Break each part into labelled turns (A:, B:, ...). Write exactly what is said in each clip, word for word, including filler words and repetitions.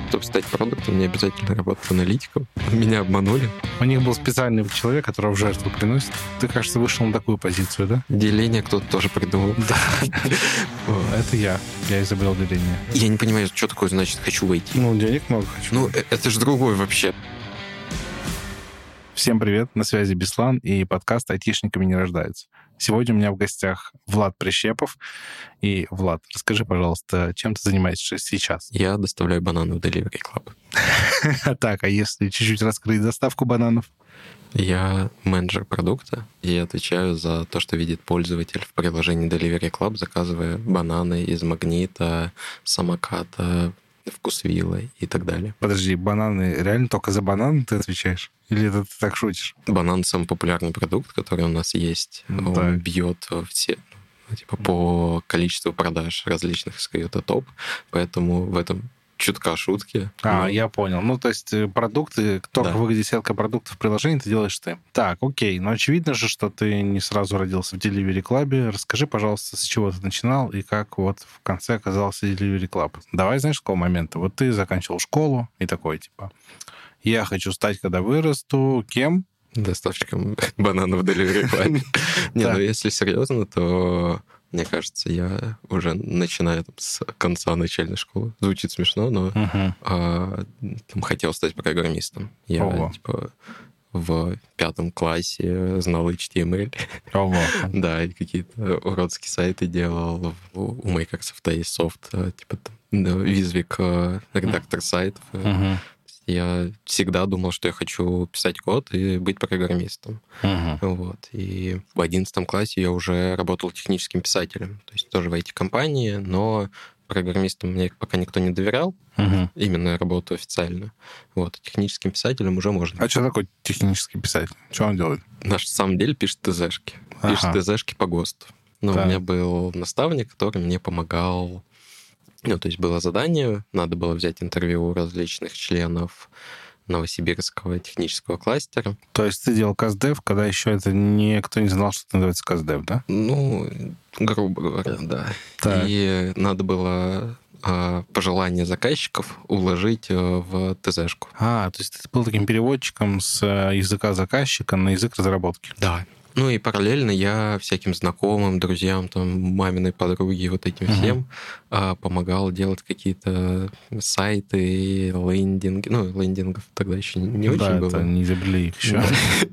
A: Чтобы стать продуктом, не обязательно работать аналитиком. Меня обманули.
B: У них был специальный человек, которого в жертву приносит. Ты, кажется, вышел на такую позицию, да?
A: Деление кто-то тоже придумал.
B: Да. Это я. Я изобрел деление.
A: Я не понимаю, что такое значит «хочу войти».
B: Ну, денег много хочу.
A: Ну, это же другой вообще.
B: Всем привет, на связи Беслан и подкаст «Айтишниками не рождаются». Сегодня у меня в гостях Влад Прищепов. И, Влад, расскажи, пожалуйста, чем ты занимаешься сейчас?
A: Я доставляю бананы в Delivery Club.
B: Так, а если чуть-чуть раскрыть доставку бананов?
A: Я менеджер продукта и отвечаю за то, что видит пользователь в приложении Delivery Club, заказывая бананы из Магнита, Самоката, Вкусвилла и так далее.
B: Подожди, бананы, реально только за бананы ты отвечаешь? Или это ты так шутишь?
A: Банан — самый популярный продукт, который у нас есть.
B: Ну,
A: Он
B: да.
A: бьет все, типа, по количеству продаж различных эс кей ю, это топ, поэтому в этом чутка шутки.
B: А,
A: но...
B: я понял. Ну, то есть продукты, только
A: Да.
B: выглядит сетка продуктов в приложении, ты делаешь ты. Так, окей. Но очевидно же, что ты не сразу родился в Delivery Club. Расскажи, пожалуйста, с чего ты начинал и как вот в конце оказался Delivery Club. Давай, знаешь, с какого момента? Вот ты заканчивал школу и такой, типа, я хочу стать, когда вырасту, кем?
A: Доставщиком бананов в Delivery Club. Не, ну если серьезно, то... Мне кажется, я уже начинаю там, с конца начальной школы. Звучит смешно, но
B: Угу.
A: а, там, хотел стать программистом. Я
B: Ого.
A: типа в пятом классе знал эйч ти эм эль.
B: Ого.
A: Да, и какие-то уродские сайты делал. У Microsoft есть софт, типа там, да, Визвик, редактор сайтов.
B: Угу.
A: Я всегда думал, что я хочу писать код и быть программистом.
B: Угу.
A: Вот. И в одиннадцатом классе я уже работал техническим писателем. То есть тоже в ай ти-компании, но программистам мне пока никто не доверял.
B: Угу.
A: Именно работу официально. Вот. Техническим писателем уже можно.
B: А что такое технический писатель? Что он делает?
A: На самом деле пишет ТЗшки.
B: Ага.
A: Пишет ТЗшки по ГОСТу. Но
B: Так.
A: у меня был наставник, который мне помогал. Ну, то есть было задание, надо было взять интервью у различных членов Новосибирского технического кластера.
B: То есть ты делал КазДев, когда еще это никто не знал, что это называется КазДев, да?
A: Ну, грубо говоря, да.
B: Так.
A: И надо было а, пожелания заказчиков уложить а, в ТЗшку.
B: А, то есть ты был таким переводчиком с э, языка заказчика на язык разработки.
A: Да. Ну и параллельно я всяким знакомым, друзьям, там, маминой подруге, вот этим
B: Мгм.
A: всем а, помогал делать какие-то сайты, лендинги. Ну, лендингов тогда еще не очень
B: да,
A: было.
B: это не изобрели их еще.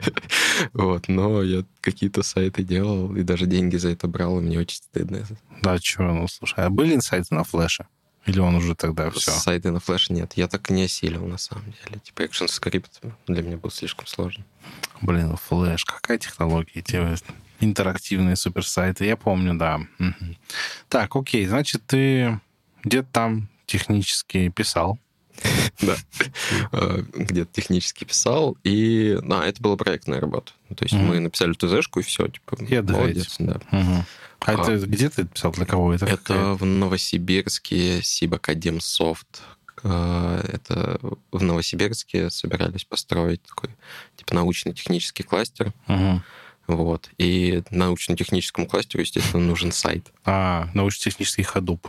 A: Вот, но я какие-то сайты делал и даже деньги за это брал, и мне очень стыдно.
B: Да, чего, ну слушай, а были инсайты на флеше? Или он уже тогда все?
A: Сайты на флеш нет. Я так и не осилил, на самом деле. Типа ActionScript для меня был слишком сложно.
B: Блин, флеш, какая технология? Те интерактивные суперсайты, я помню, да. Мгм. Так, окей, значит, ты где-то там технически писал.
A: Да. Э, Где-то технически писал. И, да, это была проектная работа. Ну, То есть
B: Мгм.
A: мы написали ТЗшку, и все. Типа,
B: И отдыхаете.
A: молодец, да.
B: Мгм. А,
A: А.
B: это где ты писал, для кого это?
A: Это в Новосибирске Сибакадемсофт. Э, Это в Новосибирске собирались построить такой типа научно-технический кластер.
B: Мгм.
A: Вот. И научно-техническому кластеру, естественно, нужен сайт.
B: А, научно-технический ходуп.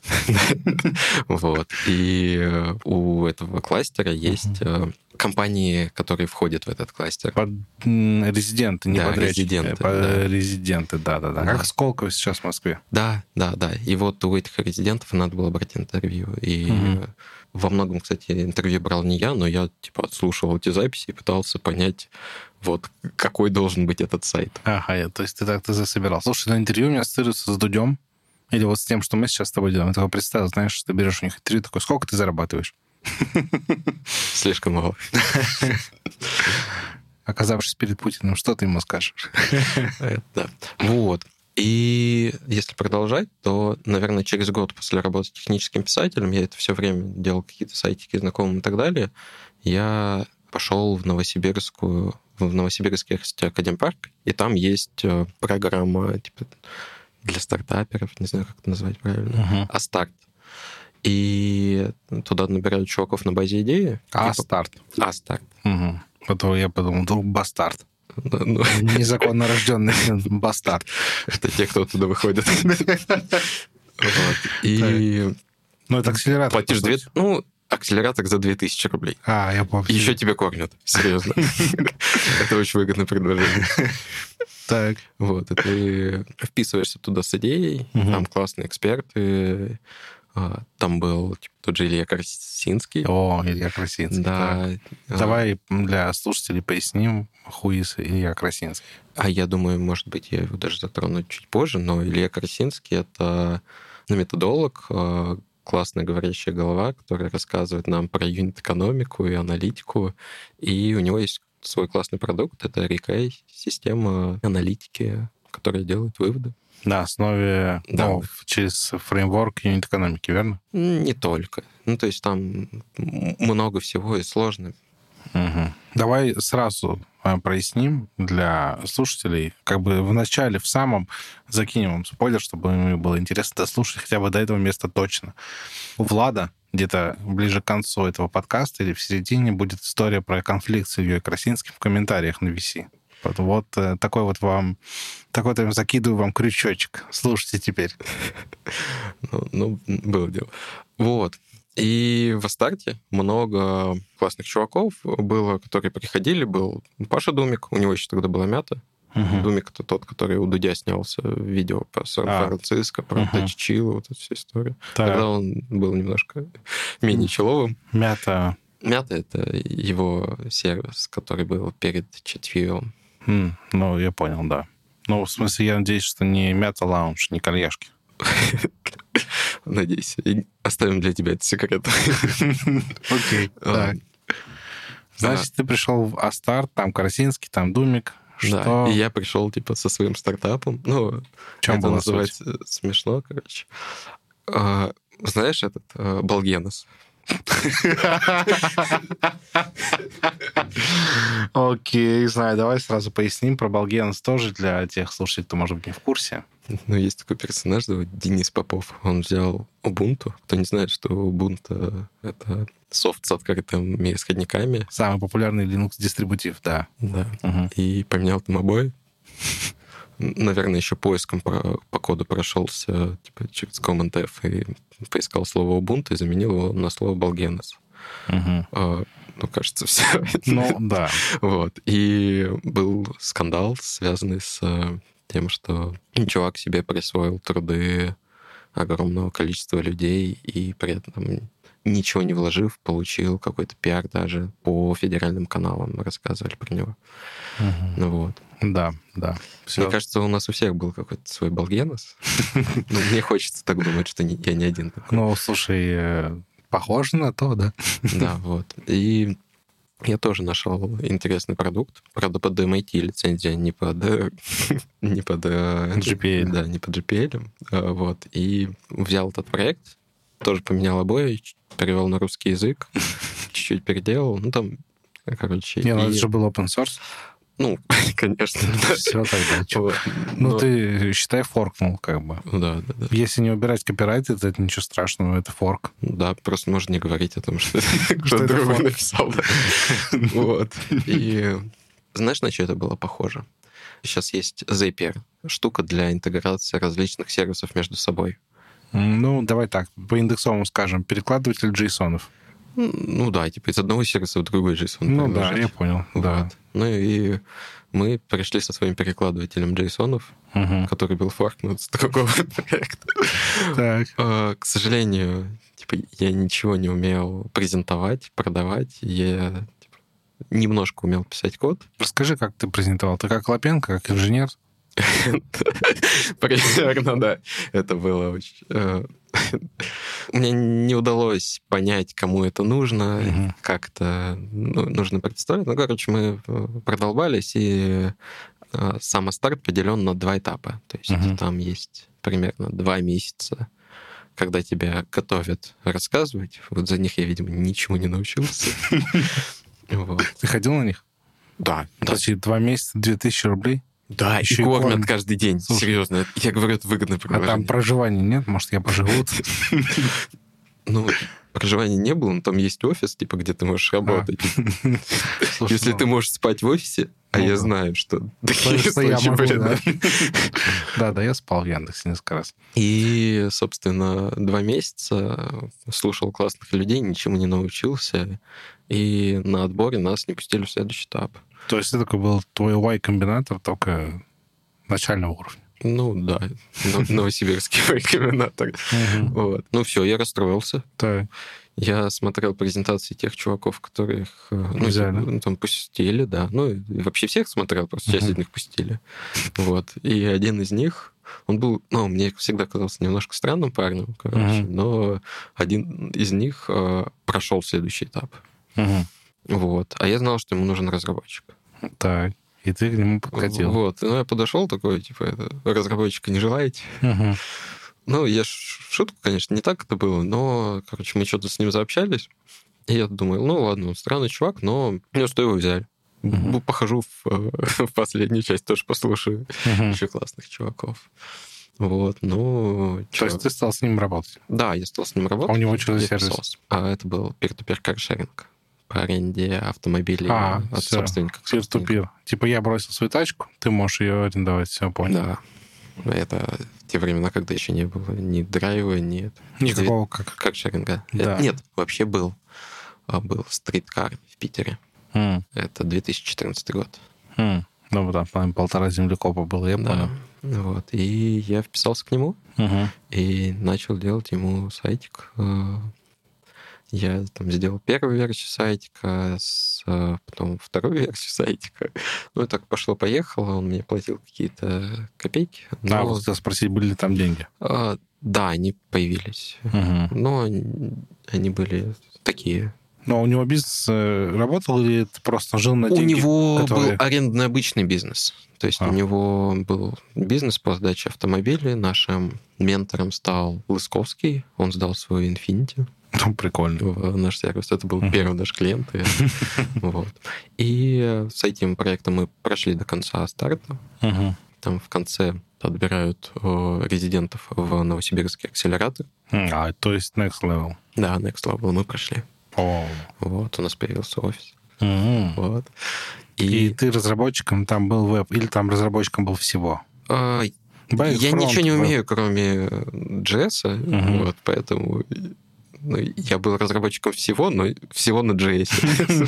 A: Вот. И э, у этого кластера есть э, компании, которые входят в этот кластер.
B: Под м, резиденты, не
A: Да,
B: подрядчики.
A: резиденты,
B: Под
A: да.
B: резиденты, да-да-да.
A: Да.
B: Как Сколково сейчас в Москве.
A: Да, да, да. И вот у этих резидентов надо было брать интервью. И
B: Мгм.
A: э, во многом, кстати, интервью брал не я, но я типа отслушивал эти записи и пытался понять, вот какой должен быть этот сайт.
B: Ага, я- то есть ты так ты засобирал. Слушай, на интервью у меня ассоциируется с Дудем. Или вот с тем, что мы сейчас с тобой делаем. Я такой представил, знаешь, что ты берешь у них интервью, такой, сколько ты зарабатываешь?
A: Слишком мало.
B: Оказавшись перед Путиным, что ты ему скажешь?
A: Э, Да. Вот. И если продолжать, то, наверное, через год после работы техническим писателем, я это все время делал какие-то сайтики знакомым и так далее, я пошел в Новосибирскую, в Новосибирский Академпарк, и там есть э, программа типа для стартаперов, не знаю, как это назвать правильно,
B: Мгм.
A: А-старт. И туда набирают чуваков на базе идеи.
B: А,
A: Типа,
B: старт.
A: А-старт.
B: Угу. Потом я подумал, вдруг бастард.
A: Да, ну,
B: Незаконно рожденный бастард.
A: это те, кто оттуда выходит. Вот. И
B: Ну, это акселератор.
A: платишь
B: по
A: две...
B: сути.
A: Ну, акселератор за две тысячи рублей.
B: А, я помню.
A: Еще тебя кормят. Серьезно. Это очень выгодное предложение.
B: Так.
A: Вот, и ты вписываешься туда с идеей, там классные эксперты, там был типа, тот же Илья Красинский.
B: О, Илья Красинский.
A: Да.
B: Давай для слушателей поясним, хуиз Илья Красинский.
A: А я думаю, может быть, я его даже затрону чуть позже, но Илья Красинский — это методолог, классная говорящая голова, которая рассказывает нам про юнит-экономику и аналитику, и у него есть свой классный продукт, это Recai, система аналитики, которая делает выводы.
B: На основе, да. ну, через фреймворк юнит-экономики, верно?
A: Не только. Ну, то есть там много всего и сложно.
B: Угу. Давай сразу проясним для слушателей, как бы в начале, в самом, закинем вам спойлер, чтобы им было интересно дослушать хотя бы до этого места точно. У Влада где-то ближе к концу этого подкаста или в середине будет история про конфликт с Ильей Красинским в комментариях на ви си. Вот, вот такой вот вам, такой-то я закидываю вам крючочек. Слушайте теперь.
A: Ну, ну, было дело. Вот. И в Астарте много классных чуваков было, которые приходили. Был Паша Думик, у него еще тогда была мята. Uh-huh. Думик — это тот, который у Дудя снялся в видео про Сан-Франциско, про uh-huh. Чичило, вот эта вся история. Так. Тогда он был немножко менее человым.
B: Мята.
A: Мята — это его сервис, который был перед Четвивом.
B: Mm, ну, я понял, да. Ну, в смысле, я надеюсь, что не Мята Лаунж, не кальяшки.
A: Надеюсь. Оставим для тебя этот секрет.
B: Окей, так. Значит, ты пришел в Астарт, там Красинский, там Думик.
A: Да, и я пришел, типа, со своим стартапом. Ну, это называется смешно, короче. Знаешь, этот Балгенос?
B: Окей, знаю. Давай сразу поясним про Балгенос тоже для тех слушателей, кто, может быть, не в курсе.
A: Ну, есть такой персонаж, зовут Денис Попов. Он взял Ubuntu. Кто не знает, что Ubuntu — это софт с открытыми исходниками.
B: Самый популярный Linux-дистрибутив, да.
A: Да. Угу. И поменял там обои. Наверное, еще поиском по, по коду прошелся типа, через Command-F и поискал слово Ubuntu и заменил его на слово Balgenos.
B: Угу.
A: А, ну, кажется, все.
B: Ну, да.
A: Вот. И был скандал, связанный с тем, что чувак себе присвоил труды огромного количества людей и при этом, ничего не вложив, получил какой-то пиар даже по федеральным каналам, рассказывали про него.
B: Угу.
A: Ну, вот.
B: Да, да.
A: Все. Мне кажется, у нас у всех был какой-то свой Балгенос. Мне хочется так думать, что я не один такой.
B: Ну, слушай, похоже на то, да?
A: Да, вот. И я тоже нашел интересный продукт. Правда, под эм ай ти лицензия, не под... не под...
B: джи пи эл.
A: Да, не под джи пи эл. Вот. И взял этот проект, тоже поменял обои, перевел на русский язык, чуть-чуть переделал. Ну, там, короче...
B: Не, ну это же был open source.
A: Ну, конечно.
B: Все тогда. Вот. Ну, Но... ты, считай, форкнул, как бы.
A: Да, да, да.
B: Если не убирать копирайт, это ничего страшного, это форк.
A: Да, просто можно не говорить о том, что кто-то другой написал. Вот. И знаешь, на что это было похоже? Сейчас есть Zapier, штука для интеграции различных сервисов между собой.
B: Ну, давай так, по индексовому скажем, перекладыватель джейсонов.
A: Ну да, типа из одного сервиса в другой JSON.
B: Ну да, я понял.
A: Вот.
B: Да.
A: Ну и мы пришли со своим перекладывателем JSON, угу. который был форкнут с другого проекта.
B: Так.
A: К сожалению, типа, я ничего не умел презентовать, продавать. Я типа, немножко умел писать код.
B: Расскажи, как ты презентовал. Ты как Лапенко, как инженер?
A: Примерно, да. Это было очень... Мне не удалось понять, кому это нужно, uh-huh. как-то ну, нужно представить. Ну, короче, мы продолбались, и сам старт поделен на два этапа. То есть uh-huh. там есть примерно два месяца, когда тебя готовят рассказывать. Вот за них я, видимо, ничего не научился.
B: Ты ходил на них?
A: Да.
B: Подожди, два месяца, две тысячи рублей?
A: Да, еще и кормят корм. каждый день. Слушай, серьезно. Я говорю, это выгодно.
B: А там проживания нет? Может, я поживу?
A: Ну, проживания не было, но там есть офис, типа, где ты можешь работать.
B: Слушай,
A: Если
B: ну,
A: ты можешь спать в офисе, а
B: ну
A: я
B: да.
A: знаю, что
B: потому
A: такие
B: что я
A: случаи
B: могу,
A: были,
B: да.
A: да.
B: Да, да, я спал в Яндексе несколько раз.
A: И, собственно, два месяца слушал классных людей, ничему не научился, и на отборе нас не пустили в следующий этап.
B: То есть это такой был твой Y-комбинатор, только начального уровня.
A: Ну да, но- новосибирский комбинатор.
B: Мгм.
A: Вот. Ну все, я расстроился.
B: Так.
A: Я смотрел презентации тех чуваков, которых э, ну,
B: Взяли.
A: ну, там пустили, да. Ну, и вообще всех смотрел, просто часть
B: Мгм.
A: из них пустили. Вот. И один из них, он был, ну, мне всегда казался немножко странным парнем, короче,
B: Мгм.
A: но один из них э, прошел следующий этап.
B: Мгм.
A: Вот. А я знал, что ему нужен разработчик.
B: Так. И ты к нему подкатил.
A: Вот. Ну, я подошел такой, типа, это, разработчика не желаете?
B: Мгм.
A: Ну, я ш- шутку, конечно, не так это было, но, короче, мы что-то с ним заобщались, и я думаю, ну, ладно, он странный чувак, но ну, что его взяли?
B: Мгм.
A: Ну, похожу в, э, в последнюю часть, тоже послушаю
B: Мгм.
A: еще классных чуваков. Вот, ну,
B: То
A: чё.
B: есть ты стал с ним работать?
A: Да, я стал с ним работать.
B: А у него что за
A: я
B: сервис?
A: вписался. А это был peer-to-peer каршеринг по аренде автомобилей
B: А,
A: от
B: всё.
A: собственника к собственнику.
B: Peer-to-peer. Типа я бросил свою тачку, ты можешь ее арендовать, все, понял.
A: Да. Это те времена, когда еще не было ни драйва, ни... это-
B: Никакого как.
A: каршеринга.
B: Да.
A: Э, Нет, вообще был. А, Был стриткар в Питере.
B: М,
A: Это две тысячи четырнадцатый год.
B: м. Ну, вот там, по-моему, полтора землекопа было, я
A: Да.
B: понял.
A: Вот. И я вписался к нему
B: Мгм.
A: и начал делать ему сайтик. Э, Я там сделал первую версию сайтика, с, э, потом вторую версию сайтика. Ну и так пошло-поехало. Он мне платил какие-то копейки.
B: А,
A: Но,
B: вот хотел спросить, были ли там деньги?
A: а, да, они появились.
B: Мгм.
A: Но они они были такие.
B: Но у него бизнес э, работал или ты просто жил на
A: У
B: деньги?
A: него
B: которые-
A: был арендный обычный бизнес. То есть
B: А.
A: у него был бизнес по сдаче автомобилей. Нашим ментором стал Лысковский. Он сдал свой Infiniti
B: Ну, прикольно.
A: в наш сервис. Это был
B: Мгм.
A: первый наш клиент. И, вот. И с этим проектом мы прошли до конца старта.
B: Мгм.
A: Там в конце отбирают э, резидентов в Новосибирский акселератор.
B: М, А, то есть next level.
A: Да, Next Level мы прошли.
B: О.
A: Вот, у нас появился офис.
B: М.
A: Вот.
B: И
A: И,
B: ты разработчиком там был веб, или там разработчиком был всего?
A: а,
B: Back,
A: я
B: front,
A: ничего не
B: веб.
A: умею, кроме джей эс,
B: Мгм.
A: вот, поэтому ну, я был разработчиком всего, но всего на джей эс.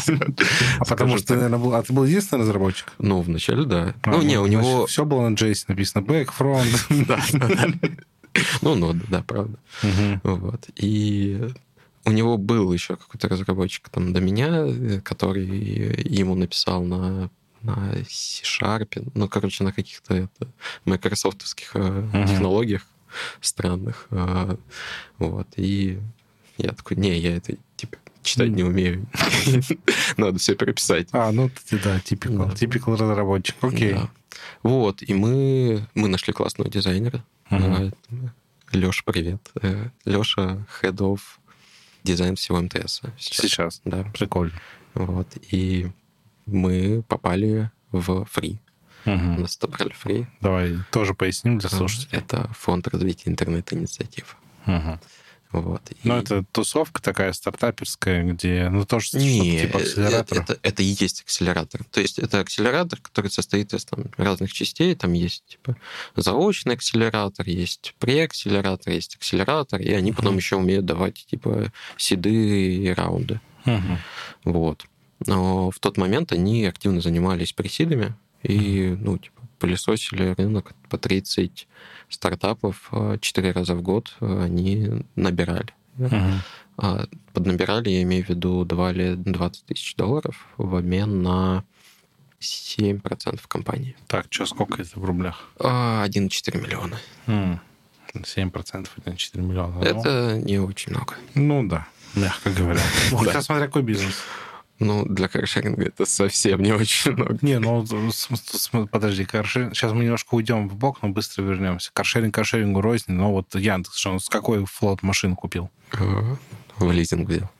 B: А потому что ты, наверное, был... А ты был единственный разработчик?
A: Ну, вначале, да.
B: А,
A: Ну, не, у него...
B: Все было на джей эс написано. Back, front.
A: Да, да, да. Ну, нода, да, правда.
B: Мгм.
A: Вот. И у него был еще какой-то разработчик там до меня, э, который ему написал на, на C-Sharp, ну, короче, на каких-то это, майкрософтовских э,
B: Мгм.
A: технологиях странных. э, Вот. И я такой, не, я это, типа, читать не умею. Надо все переписать.
B: А, ну, ты, да, typical.
A: Да.
B: Typical разработчик. Окей.
A: Да. Вот, и мы, мы нашли классного дизайнера.
B: Мгм.
A: Леша, привет. Леша, head of дизайн всего эм тэ эс. Сейчас.
B: Сейчас.
A: Да.
B: Прикольно.
A: Вот. И мы попали в Free.
B: Мгм.
A: Нас отобрали Free.
B: Давай тоже поясним для слушателей.
A: Это фонд развития интернет-инициатив.
B: Мгм.
A: Вот.
B: Ну,
A: И-
B: это тусовка такая стартаперская, где, ну, тоже что-то
A: Не,
B: типа
A: э,
B: акселератора.
A: это, это и есть акселератор. То есть это акселератор, который состоит из там, разных частей. Там есть типа заочный акселератор, есть преакселератор, есть акселератор, и они потом
B: Мгм.
A: еще умеют давать типа сиды и раунды.
B: Мгм.
A: Вот. Но в тот момент они активно занимались пресидами и, ну, типа, пылесосили рынок по тридцать стартапов э, четыре раза в год э, они набирали.
B: Мгм.
A: А поднабирали, я имею в виду, давали двадцать тысяч долларов в обмен на семь процентов компании.
B: Так, что, сколько это в рублях?
A: А, один целых четыре миллиона.
B: М. семь процентов это четыре миллиона. Ну,
A: Это не очень много.
B: Ну, да, мягко говоря.
A: Да.
B: Хотя смотря какой бизнес.
A: Ну, для каршеринга это совсем не очень много.
B: Не, ну, с- с- с- подожди, каршеринг... Сейчас мы немножко уйдем в бок, но быстро вернемся. Каршеринг каршерингу рознь, но вот Яндекс, что он с какой флот машин купил?
A: А, В лизинг взял.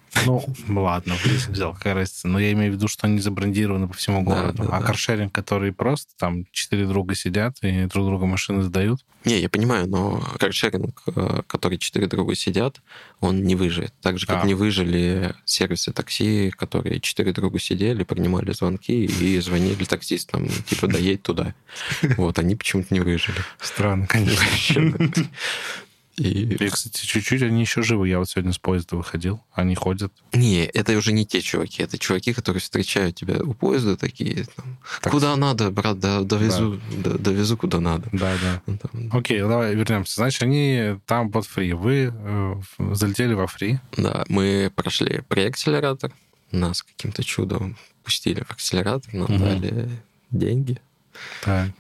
B: Ну, ладно, в лизинг взял, какая разница. Но я имею в виду, что они забрендированы по всему городу.
A: Да, да,
B: а
A: да.
B: каршеринг, который просто там четыре друга сидят и друг друга машины сдают.
A: Не, я понимаю, но каршеринг, который четыре друга сидят, он не выживет. Так же, как
B: А.
A: не выжили сервисы такси, которые четыре друга сидели, принимали звонки и звонили таксистам, типа, доедь туда. Вот, они почему-то не выжили.
B: Странно, конечно.
A: И...
B: И, кстати, чуть-чуть они еще живы. Я вот сегодня с поезда выходил, они ходят.
A: Не, это уже не те чуваки, это чуваки, которые встречают тебя у поезда такие, там, куда надо, брат, да, довезу, да. довезу куда надо.
B: Да, да.
A: Там...
B: Окей, давай вернемся. Значит, они там под фри. Вы э, залетели во фри.
A: Да, мы прошли преакселератор, нас каким-то чудом пустили в акселератор, нам угу. дали деньги.
B: Так.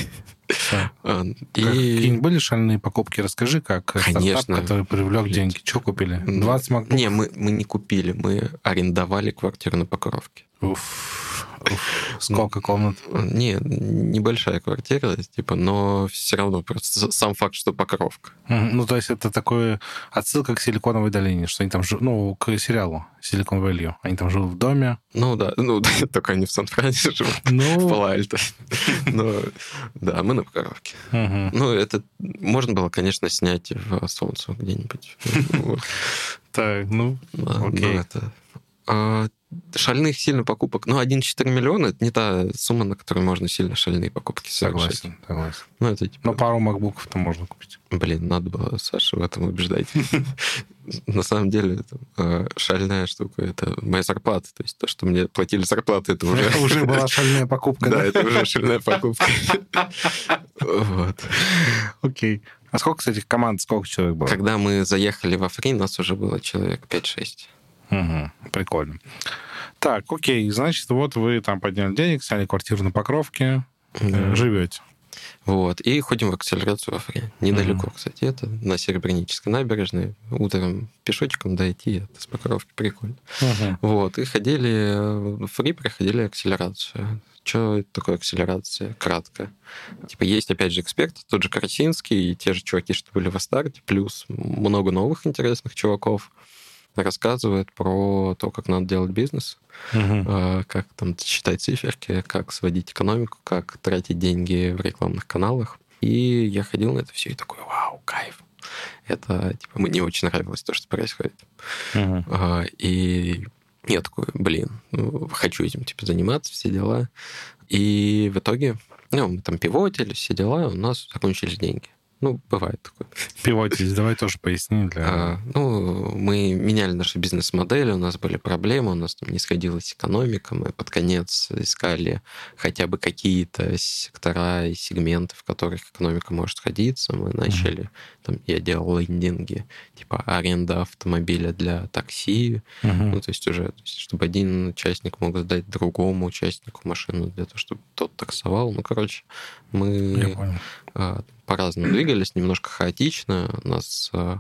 A: И...
B: Какие-нибудь были шальные покупки? Расскажи, как
A: Конечно.
B: стартап, который привлек деньги. Что купили? двадцать макбуков?
A: Не, мы, мы не купили, мы арендовали квартиру на Покровке.
B: Уф. Уф. Сколько комнат?
A: Не, небольшая квартира, типа, но все равно просто сам факт, что Покровка.
B: Ну, то есть это такое отсылка к Силиконовой долине, что они там живут, ну, к сериалу Silicon Valley. Они там живут в доме.
A: Ну, да, ну, только они в Сан-Франcisко живут,
B: ну...
A: в Пало-Альто. Но, да, мы на Покровке.
B: Угу.
A: Ну, это можно было, конечно, снять в Солнце где-нибудь.
B: Так, ну, окей.
A: Шальных сильно покупок. Ну, один целых четыре миллиона — это не та сумма, на которую можно сильно шальные покупки совершать.
B: Согласен, согласен.
A: Ну, это типа...
B: Но пару макбуков-то можно купить.
A: Блин, надо было Сашу в этом убеждать. На самом деле, шальная штука — это моя зарплата. То есть то, что мне платили зарплату, это уже...
B: Это уже была шальная покупка, да?
A: Да, это уже шальная покупка. Вот.
B: Окей. А сколько, кстати, команд, сколько человек было?
A: Когда мы заехали во фри, нас уже было человек пять-шесть.
B: Угу, прикольно. Так, окей, значит, вот вы там подняли денег, сняли квартиру на Покровке, mm-hmm. живете.
A: Вот, и ходим в акселерацию во фри. Недалеко, mm-hmm. кстати, это на Серебрянической набережной. Утром пешочком дойти, это с Покровки прикольно. Mm-hmm. Вот, и ходили в фри, проходили акселерацию. Что это такое акселерация? Кратко. Типа есть, опять же, эксперты, тот же Карасинский, и те же чуваки, что были во старте, плюс много новых интересных чуваков. Рассказывает про то, как надо делать бизнес, uh-huh. как там считать циферки, как сводить экономику, как тратить деньги в рекламных каналах. И я ходил на это все и такой, вау, кайф. Это, типа, мне очень нравилось то, что происходит. Uh-huh. И я такой, блин, ну, хочу этим, типа, заниматься, все дела. И в итоге, ну, мы там пивотили, все дела, у нас закончились деньги. Ну, бывает такое.
B: Пивотись, давай тоже поясни. Для...
A: А, ну, мы меняли наши бизнес-модели, у нас были проблемы, у нас там не сходилась экономика, мы под конец искали хотя бы какие-то сектора и сегменты, в которых экономика может сходиться. Мы начали, uh-huh. там, я делал лендинги, типа аренда автомобиля для такси, uh-huh. ну, то есть уже, то есть, чтобы один участник мог сдать другому участнику машину для того, чтобы тот таксовал. Ну, короче, мы по-разному двигались, немножко хаотично. У нас а,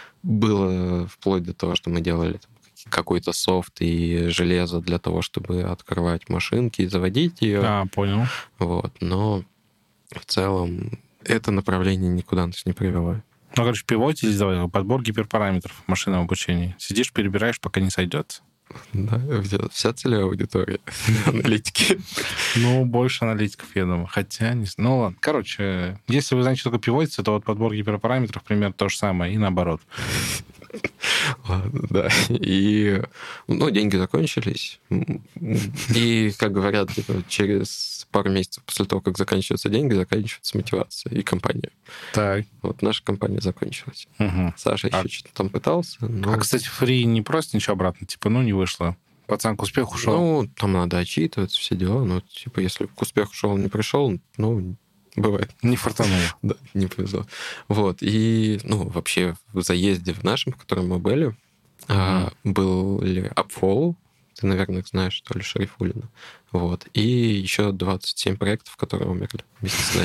A: было вплоть до того, что мы делали там, какой-то софт и железо для того, чтобы открывать машинки и заводить ее.
B: А, понял.
A: Вот. Но в целом это направление никуда нас не привело.
B: Ну, короче, пивотить, давай, подбор гиперпараметров в машинном обучении. Сидишь, перебираешь, пока не сойдет.
A: Да, вся целевая аудитория аналитики.
B: Ну, больше аналитиков, я думаю. Хотя, не знаю. Ну, ладно. Короче, если вы знаете, что такое пивотиться, то вот подбор гиперпараметров примерно то же самое, и наоборот.
A: Ладно, да. И, ну, деньги закончились. И, как говорят, типа, через пару месяцев после того, как заканчиваются деньги, заканчивается мотивация и компания.
B: Так.
A: Вот наша компания закончилась.
B: Угу.
A: Саша
B: а...
A: еще что-то там пытался. Но...
B: А, кстати, фри не просто ничего обратно, типа, ну, не вышло. Пацан к успеху шел.
A: Ну, там надо отчитываться, все дела. Ну, типа, если к успеху шел, не пришел, ну, бывает.
B: Не фартануло.
A: Да, не повезло. Вот. И, ну, вообще в заезде в нашем, в котором мы были, mm-hmm. а, был ли Upfollow, ты, наверное, знаешь, что ли, Шарифуллина. Вот. И еще двадцать семь проектов, которые умерли вместе с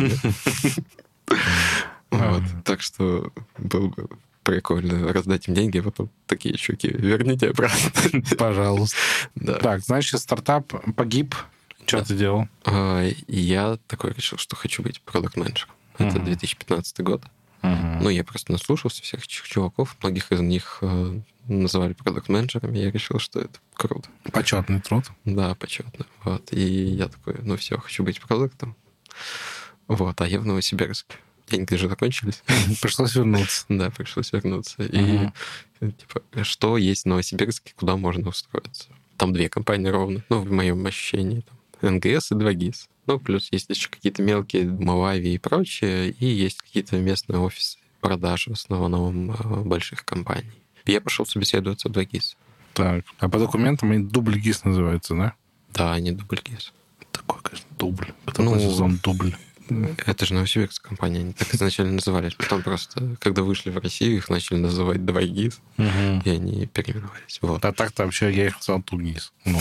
A: нами. Так что было бы прикольно раздать им деньги, а потом такие чуваки, верните обратно.
B: Пожалуйста. Так, значит, стартап погиб. Что да. ты делал?
A: Я такой решил, что хочу быть продакт-менеджером. Uh-huh. Это две тысячи пятнадцатый год.
B: Uh-huh.
A: Ну, я просто наслушался всех этих чуваков. Многих из них называли продакт-менеджерами, я решил, что это круто.
B: Почетный труд.
A: Да, почетно. Вот. И я такой, ну все, хочу быть продуктом. Вот, а я в Новосибирске. Деньги же закончились.
B: Пришлось вернуться.
A: Да, пришлось вернуться. И типа, что есть в Новосибирске, куда можно устроиться? Там две компании ровно, ну, в моем ощущении. Там, эн гэ эс и два гис. Ну, плюс есть еще какие-то мелкие Movavi и прочее, и есть какие-то местные офисы продаж в основном больших компаний. Я пошел собеседоваться в два гис.
B: Так, а по документам они дубль гис называются, да?
A: Да, они дубль гис.
B: Такой, конечно, дубль. Такой сезон дубль.
A: Это же новосибирская компания, они так изначально назывались. Потом просто, когда вышли в Россию, их начали называть два гис, угу. и они переименовались. Вот.
B: А так-то вообще я их назвал two гис. Ну,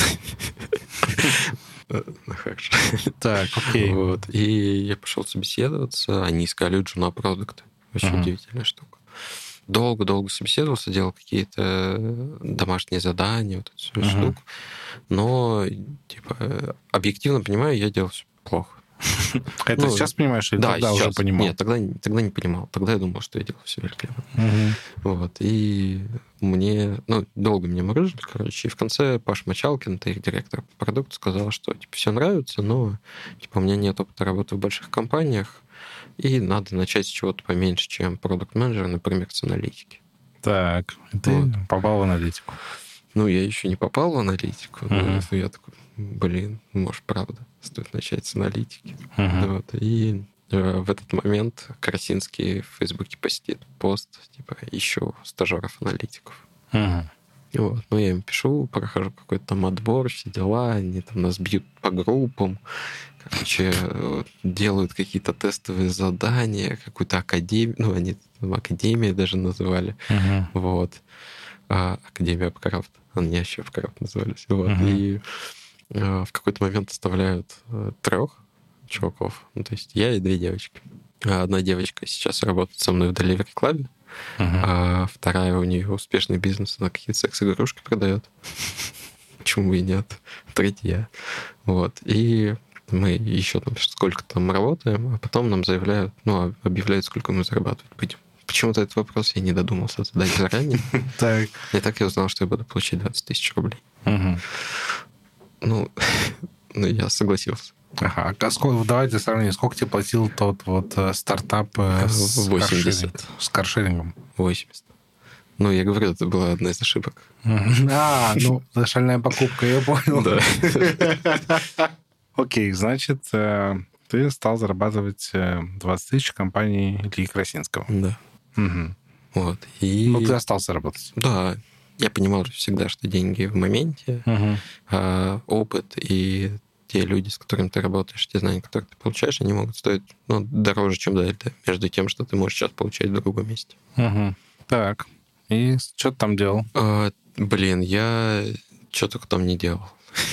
A: хорошо.
B: Так, окей.
A: Вот. И я пошел собеседоваться, они искали джуна продукта. Очень uh-huh. удивительная штука. Долго-долго собеседовался, делал какие-то домашние задания, вот эту всю uh-huh. штуку. Но, типа, объективно понимаю, я делал все плохо.
B: Это ну, сейчас понимаешь, или
A: да,
B: тогда
A: сейчас.
B: уже понимал?
A: Нет, тогда, тогда не понимал. Тогда я думал, что я делал все великолепно. Uh-huh. Вот. И мне... Ну, долго меня морозили, короче. И в конце Паша Мочалкин, их директор по продукту, сказал, что, типа, все нравится, но, типа, у меня нет опыта работы в больших компаниях, и надо начать с чего-то поменьше, чем продакт-менеджер, например, с аналитики.
B: Так, ты вот. Попал в аналитику.
A: Ну, я еще не попал в аналитику, uh-huh. но я такой, блин, может, правда, стоит начать с аналитики. Uh-huh. Вот. И э, в этот момент Красинский в Фейсбуке постит пост, типа, ищу стажеров-аналитиков.
B: Uh-huh.
A: Вот. Ну, я им пишу, прохожу какой-то там отбор, все дела, они там нас бьют по группам, короче, делают какие-то тестовые задания, какую-то академию, ну, они там академией даже называли, uh-huh. вот. А, Академия Апкрафт, они еще Апкрафт назывались, вот. Uh-huh. И а, в какой-то момент оставляют а, трех чуваков, ну, то есть я и две девочки. А одна девочка сейчас работает со мной в Delivery Club, uh-huh. а вторая у нее успешный бизнес, она какие-то секс-игрушки продает. Почему бы и нет? Третья я. Вот. И мы еще там сколько там работаем, а потом нам заявляют, ну, объявляют, сколько мы зарабатывать будем. Почему-то этот вопрос я не додумался задать заранее.
B: Так.
A: И так я узнал, что я буду получить двадцать тысяч рублей. Ну, ну, я согласился.
B: Ага, а сколько, давайте сравним, сколько тебе платил тот вот стартап с,
A: восемьдесят.
B: с каршерингом?
A: восемьдесят. Ну, я говорю, это была одна из ошибок.
B: А, ну, шальная покупка, я понял.
A: Да.
B: Окей, значит, ты стал зарабатывать двадцать тысяч в компании Ильи Красинского.
A: Да.
B: Угу.
A: Вот. И...
B: Ну, ты остался работать.
A: Да. Я понимал всегда, что деньги в моменте,
B: угу.
A: а опыт и те люди, с которыми ты работаешь, те знания, которые ты получаешь, они могут стоить, ну, дороже, чем дельта, между тем, что ты можешь сейчас получать в другом месте.
B: Угу. Так. И что ты там делал?
A: А, блин, я что только там не делал.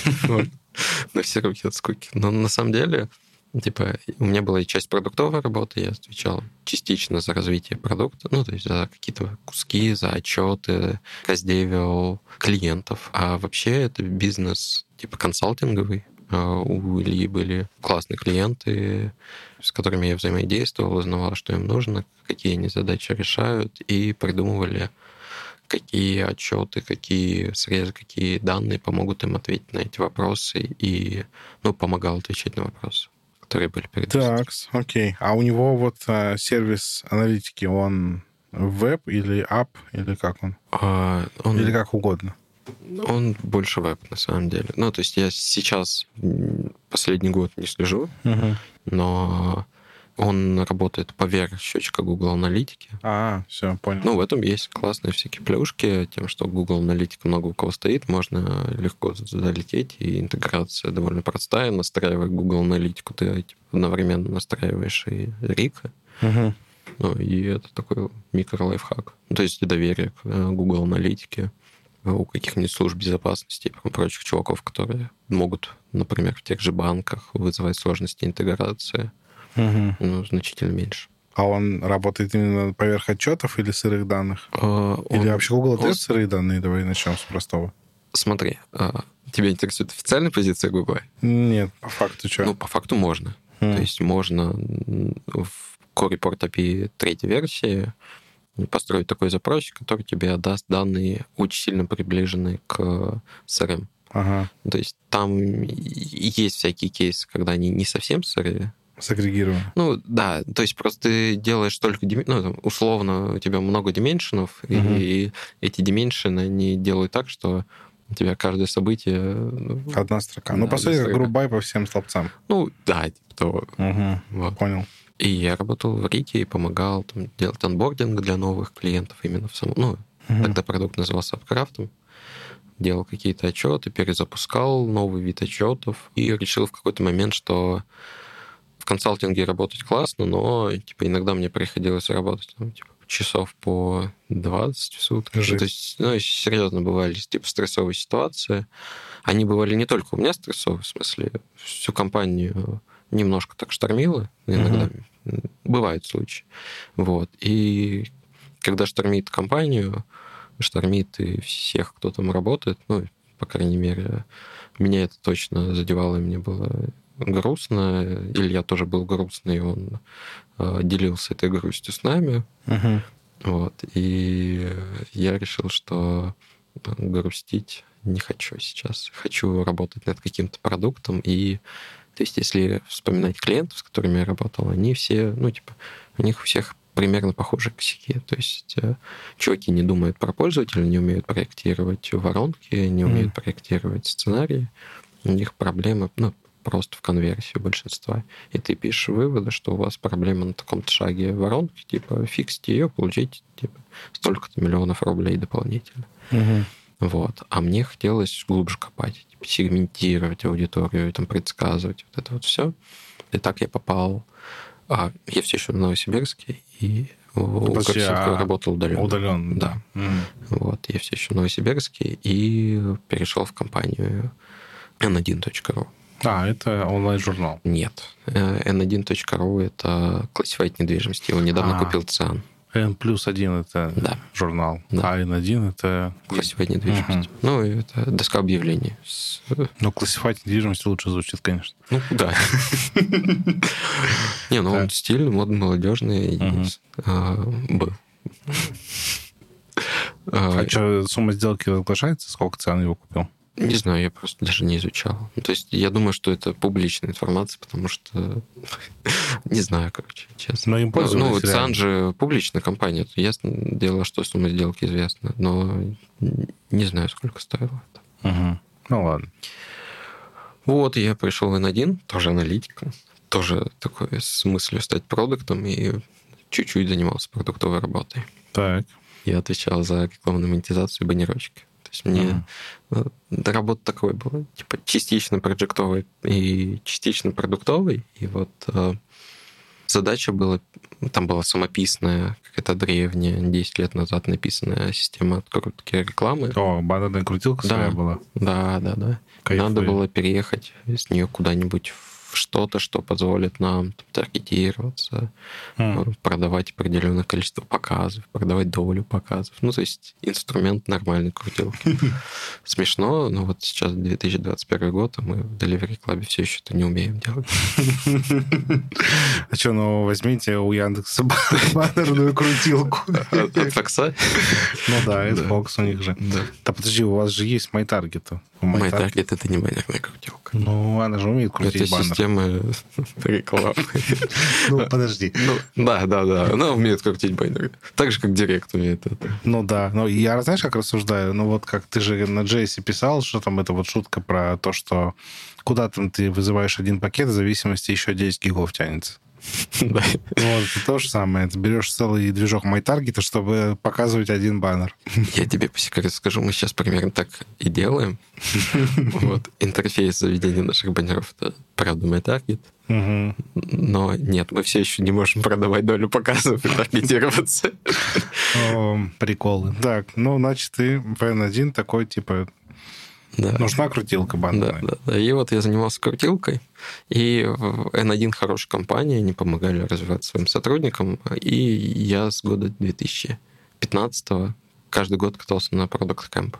A: На все руки от скуки. Но на самом деле, типа, у меня была и часть продуктовой работы, я отвечал частично за развитие продукта, ну, то есть за какие-то куски, за отчеты, раздевил клиентов. А вообще это бизнес, типа, консалтинговый. У Ильи были классные клиенты, с которыми я взаимодействовал, узнавал, что им нужно, какие они задачи решают, и придумывали, какие отчеты, какие срезы, какие данные помогут им ответить на эти вопросы, и, ну, помогал отвечать на вопросы, которые были перед нами.
B: Так, окей. А у него вот а, сервис аналитики, он веб или ап, или как он?
A: А, он...
B: Или как угодно?
A: Он больше веб, на самом деле. Ну, то есть я сейчас последний год не слежу,
B: угу.
A: но он работает поверх счетчика Google Аналитики.
B: А, все, понял.
A: Ну, в этом есть классные всякие плюшки. Тем, что Google Аналитика много у кого стоит, можно легко залететь, и интеграция довольно простая. Настраивая Google Аналитику, ты типа, одновременно настраиваешь и Рика.
B: Угу.
A: Ну, и это такой микро-лайфхак. То есть доверие к Google Аналитике у каких-нибудь служб безопасности и прочих чуваков, которые могут, например, в тех же банках вызывать сложности интеграции,
B: угу.
A: ну, значительно меньше.
B: А он работает именно поверх отчетов или сырых данных?
A: А,
B: или
A: он,
B: вообще Google дает
A: он...
B: сырые данные? Давай начнем с простого.
A: Смотри, а, тебя интересует официальная позиция Google?
B: Нет, по факту что?
A: Ну, по факту можно. Mm. То есть можно в Core Report эй пи ай третьей версии построить такой запросик, который тебе отдаст данные, очень сильно приближенные к эс эр эм.
B: Ага.
A: То есть там есть всякие кейсы, когда они не совсем сырые.
B: Сагрегированы.
A: Ну, да, то есть просто ты делаешь только... Ну, там, условно, у тебя много дименшенов, угу. и эти дименшены, они делают так, что у тебя каждое событие...
B: Одна строка. Да, ну, по сути, как грубай по всем столбцам.
A: Ну, да, типа того.
B: Угу. Вот. Понял.
A: И я работал в Рике и помогал там, делать анбординг для новых клиентов именно в самом... Ну, угу. тогда продукт назывался Upcraft. Делал какие-то отчеты, перезапускал новый вид отчетов и решил в какой-то момент, что в консалтинге работать классно, но типа иногда мне приходилось работать ну, типа, часов по двадцать в сутки.
B: Жить.
A: То есть, ну, серьезно, бывали типа стрессовые ситуации. Они бывали не только у меня стрессовые, в смысле, всю компанию немножко так штормило. Иногда uh-huh. бывают случаи. Вот. И когда штормит компанию, штормит и всех, кто там работает, ну, по крайней мере, меня это точно задевало, и мне было грустно. Илья тоже был грустный, и он э, делился этой грустью с нами.
B: Uh-huh.
A: Вот. И я решил, что грустить не хочу сейчас. Хочу работать над каким-то продуктом. И, то есть, если вспоминать клиентов, с которыми я работал, они все, ну, типа, у них у всех примерно похожие косяки. То есть э, чуваки не думают про пользователя, не умеют проектировать воронки, не умеют mm. проектировать сценарии. У них проблемы, ну, просто в конверсии у большинства. И ты пишешь выводы, что у вас проблема на таком-то шаге воронки, типа, фиксите ее, получите, типа, столько-то миллионов рублей дополнительно.
B: Mm-hmm.
A: Вот. А мне хотелось глубже копать, типа, сегментировать аудиторию, там, предсказывать вот это вот все. И так я попал... А, я все еще в Новосибирске, и у Корсинка работал удаленно.
B: Удаленно,
A: да.
B: Mm.
A: Вот, я все еще в Новосибирске и перешел в компанию эн один точка ру.
B: А, это онлайн-журнал?
A: Нет. эн один точка ру — это классифайт недвижимости. Его недавно а, купил ЦИАН.
B: N плюс один — это
A: да.
B: журнал,
A: да.
B: а эн один — это...
A: Классифайт недвижимости. Uh-huh. Ну, это доска объявлений. С...
B: Ну, классифайт недвижимости лучше звучит, конечно.
A: Ну, да. Не, ну он стильный, модный, молодежный был.
B: А что, сумма сделки разглашается? Сколько ЦИАН его купил?
A: Не знаю, я просто даже не изучал. То есть я думаю, что это публичная информация, потому что не знаю, короче, честно.
B: Но им пользовались.
A: Ну, ЦИАН же публичная компания. Ясно дело, что сумма сделки известна, но не знаю, сколько стоило это.
B: Угу. Ну ладно.
A: Вот, я пришел в эн один, тоже аналитиком, тоже такой с мыслью стать продуктом и чуть-чуть занимался продуктовой работой.
B: Так.
A: Я отвечал за рекламную монетизацию и баннерочки. То есть мне mm. работа такой была, типа частично проджектовой и частично продуктовой. И вот э, задача была, там была самописная, какая-то древняя, десять лет назад написанная система открутки рекламы.
B: О, банnerная крутилка
A: да,
B: своя была?
A: Да, да, да.
B: Кайфы.
A: Надо было переехать с нее куда-нибудь в что-то, что позволит нам таргетироваться, mm. продавать определенное количество показов, продавать долю показов. Ну, то есть инструмент нормальной крутилки. Смешно, но вот сейчас две тысячи двадцать первый год, а мы в Delivery Club все еще это не умеем делать.
B: А что, ну возьмите у Яндекса баннерную крутилку.
A: От Фокса?
B: Ну да, это Фокс у них же. Да подожди, у вас же есть MyTarget.
A: MyTarget — это не баннерная крутилка.
B: Ну, она же умеет крутить баннер.
A: Системы рекламы.
B: Ну, подожди.
A: Ну, да, да, да. Она умеет крутить баннеры. Так же, как Директ умеет это.
B: Ну, да. Ну, я, знаешь, как рассуждаю? Ну, вот как ты же на джей эс писал, что там это вот шутка про то, что куда там ты вызываешь один пакет, в зависимости еще десять гигов тянется.
A: Да.
B: Вот, то же самое. Ты берешь целый движок MyTarget, чтобы показывать один баннер.
A: Я тебе по секрету скажу, мы сейчас примерно так и делаем. Вот. Интерфейс заведения наших баннеров — это, правда, MyTarget.
B: Угу.
A: Но нет, мы все еще не можем продавать долю показов и таргетироваться.
B: О, приколы. Так, ну, значит, ты в эн один такой, типа...
A: Да.
B: Нужна крутилка баннерная.
A: Да, да, да. И вот я занимался крутилкой, и эн один хорошая компания, они помогали развивать своим сотрудникам, и я с года две тысячи пятнадцатого каждый год катался на Product Camp.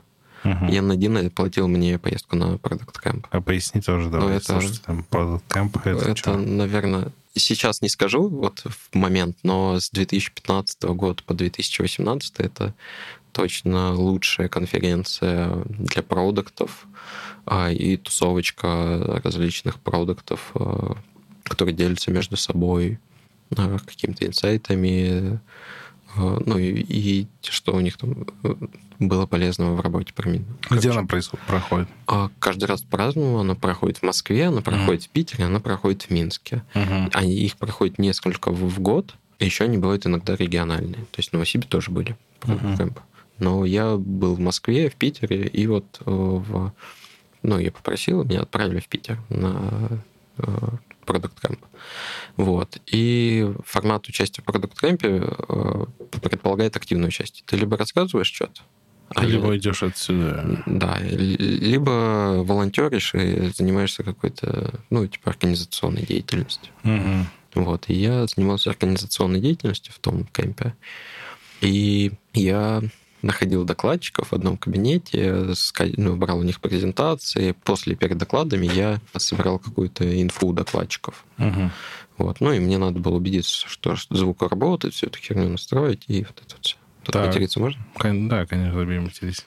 B: Угу.
A: И эн один платил мне поездку на Product Camp.
B: А поясни тоже, давай,
A: это,
B: слушайте, там Product Camp, это,
A: это
B: что?
A: наверное, сейчас не скажу вот в момент, но с две тысячи пятнадцатого года по две тысячи восемнадцатый это точно лучшая конференция для продуктов и тусовочка различных продуктов, которые делятся между собой какими-то инсайтами, ну и, и что у них там было полезного в работе про меня.
B: Где она проходит?
A: Каждый раз по-разному. Она проходит в Москве, она проходит mm. в Питере, она проходит в Минске.
B: Mm-hmm.
A: Они, их проходит несколько в, в год, и еще они бывают иногда региональные. То есть в Новосибе тоже были. Mm-hmm. Но я был в Москве, в Питере, и вот в... Ну, я попросил, меня отправили в Питер на Product Camp. Вот. И формат участия в Product Camp предполагает активное участие. Ты либо рассказываешь что-то,
B: либо а идешь отсюда.
A: Да, либо волонтеришь и занимаешься какой-то, ну, типа, организационной деятельностью.
B: Угу.
A: Вот. И я занимался организационной деятельностью в том кемпе. И я находил докладчиков в одном кабинете, ну, брал у них презентации. После, перед докладами, я собирал какую-то инфу у докладчиков.
B: Угу.
A: Вот. Ну, и мне надо было убедиться, что звук работает, всю эту херню настроить, и вот это вот все. Тут
B: так.
A: материться можно?
B: Да, конечно, забей матерись.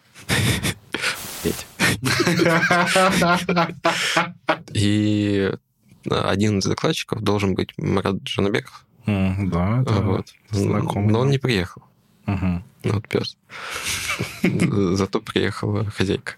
A: И один из докладчиков должен быть Марат Джанабеков.
B: Да,
A: вот.
B: Знакомый.
A: Но он не приехал.
B: Угу.
A: Ну, вот пес. Зато приехала хозяйка.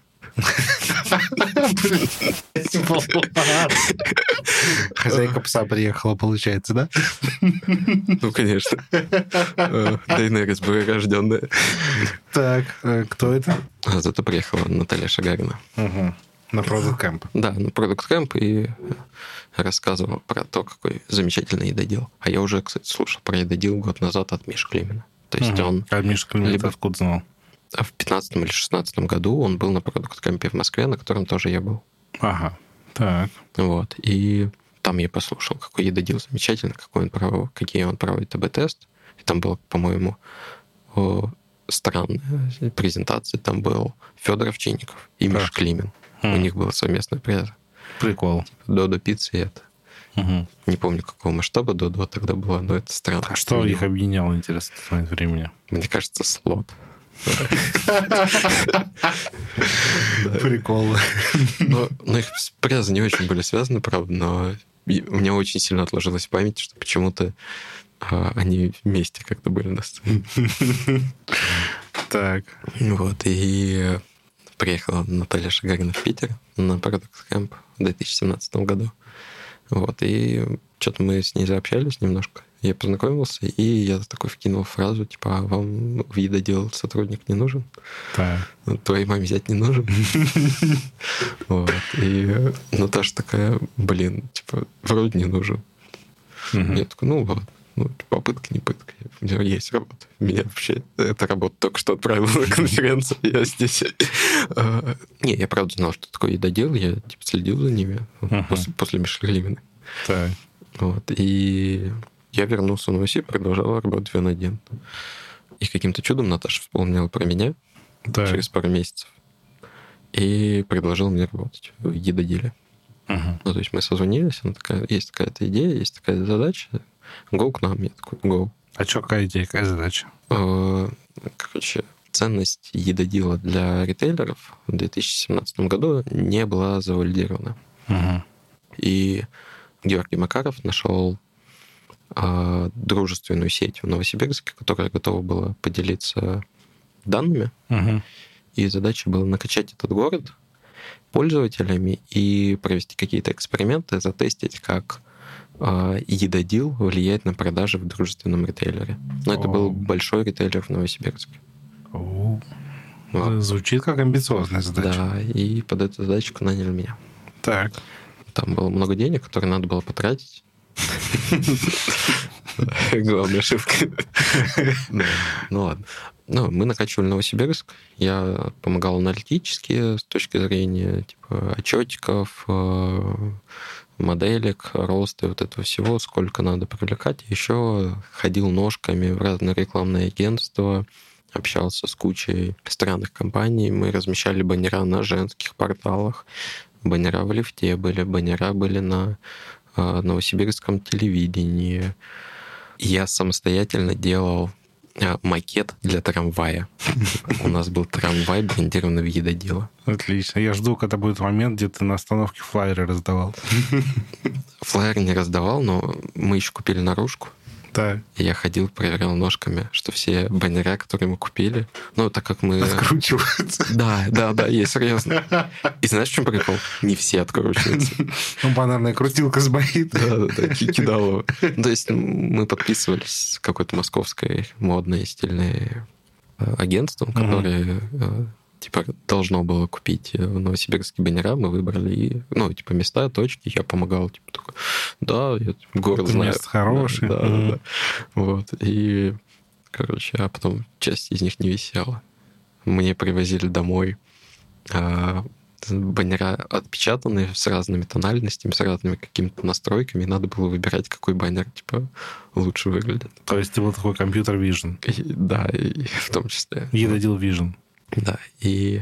B: Хозяйка пса приехала, получается, да?
A: Ну, конечно. Дейнерис богорожденная.
B: Так, кто это?
A: Зато приехала Наталья Шагарина.
B: Угу. На Product Camp.
A: Да, на Product Camp и рассказывала про то, какой замечательный едодил. А я уже, кстати, слушал про едодил год назад от Миши Климина. То есть угу. он...
B: А Миша Климин либо... откуда знал?
A: В пятнадцатом или шестнадцатом году он был на Product Camp в Москве, на котором тоже я был.
B: Ага, так.
A: Вот, и там я послушал, какой едодил замечательный, какой он проводит, какие он проводит эй би-тест. И там было, по-моему, странная презентация. Там был Федор Овчинников и Миша Климин. Хм. У них было совместное приятие.
B: Прикол.
A: Додо пицца и это.
B: Угу.
A: Не помню, какого масштаба Додо тогда было, но это странно.
B: А что их объединяло, интересно, в момент времени?
A: Мне кажется, слот.
B: Прикол.
A: Но их презы не очень были связаны, правда, но у меня очень сильно отложилось в памяти, что почему-то они вместе как-то были на сцене.
B: Так.
A: Вот, и приехала Наталья Шагарина в Питер на Product Camp в две тысячи семнадцатом году. Вот, и что-то мы с ней заобщались немножко. Я познакомился, и я такой вкинул фразу, типа, а вам в едодел сотрудник не нужен?
B: Так.
A: Твоей маме взять не нужен? Вот. И Наташа такая, блин, типа, вроде не нужен. Я такой, ну ладно. Ну, попытка, не пытка. У меня есть работа. Меня вообще... Эта работа только что отправила на конференцию. Я здесь... Не, я правда знал, что такое едодел. Я типа следил за ними после Миши Климина.
B: Так.
A: Вот. И я вернулся в Новосиб, продолжал работать в эн один. И каким-то чудом Наташа вспомнила про меня через пару месяцев. И предложила мне работать в едоделе. Ну, то есть мы созвонились, она такая, есть такая-то идея, есть такая задача. Go к нам. Я такой, go.
B: А что, какая идея, какая задача?
A: Короче, ценность едодила для ритейлеров в две тысячи семнадцатом году не была завалидирована.
B: Угу.
A: И Георгий Макаров нашел дружественную сеть в Новосибирске, которая готова была поделиться данными.
B: Угу.
A: И задача была накачать этот город пользователями и провести какие-то эксперименты, затестить, как едодил влияет на продажи в дружественном ритейлере. Но это был большой ритейлер в Новосибирске.
B: Вот. Звучит как амбициозная задача.
A: Да, и под эту задачку наняли меня.
B: Так.
A: Там было много денег, которые надо было потратить. Главная ошибка. Ну ладно. Ну, мы накачивали Новосибирск. Я помогал аналитически с точки зрения типа отчетиков, моделек, роста и вот этого всего, сколько надо привлекать. Еще ходил ножками в разные рекламные агентства, общался с кучей странных компаний. Мы размещали баннера на женских порталах. Баннера в лифте были, баннера были на э, новосибирском телевидении. Я самостоятельно делал э, макет для трамвая. У нас был трамвай, брендированный в Едодило.
B: Отлично. Я жду, когда будет момент, где ты на остановке флайеры раздавал.
A: Флайер не раздавал, но мы еще купили наружку.
B: Да.
A: И я ходил, проверял ножками, что все баннера, которые мы купили, ну, так как мы...
B: Откручиваются.
A: Да, да, да, есть, серьезно. И знаешь, в чем прикол? Не все откручиваются.
B: Ну, банальная крутилка сбоит.
A: Да, да, да, кидалово. То есть мы подписывались с какой-то московской модной стильной агентством, которое типа должно было купить в Новосибирске баннера, мы выбрали, и, ну, типа, места, точки, я помогал, типа, такой, да, я типа, город
B: это
A: знаю.
B: Место хорошее.
A: Да,
B: mm-hmm.
A: да, да. Вот, и, короче, а потом часть из них не висела. Мне привозили домой а, баннера отпечатанные с разными тональностями, с разными какими-то настройками, и надо было выбирать, какой баннер, типа, лучше выглядит.
B: То есть ты был такой компьютер Vision?
A: И, да, и в том числе.
B: Едодил Vision.
A: Да, и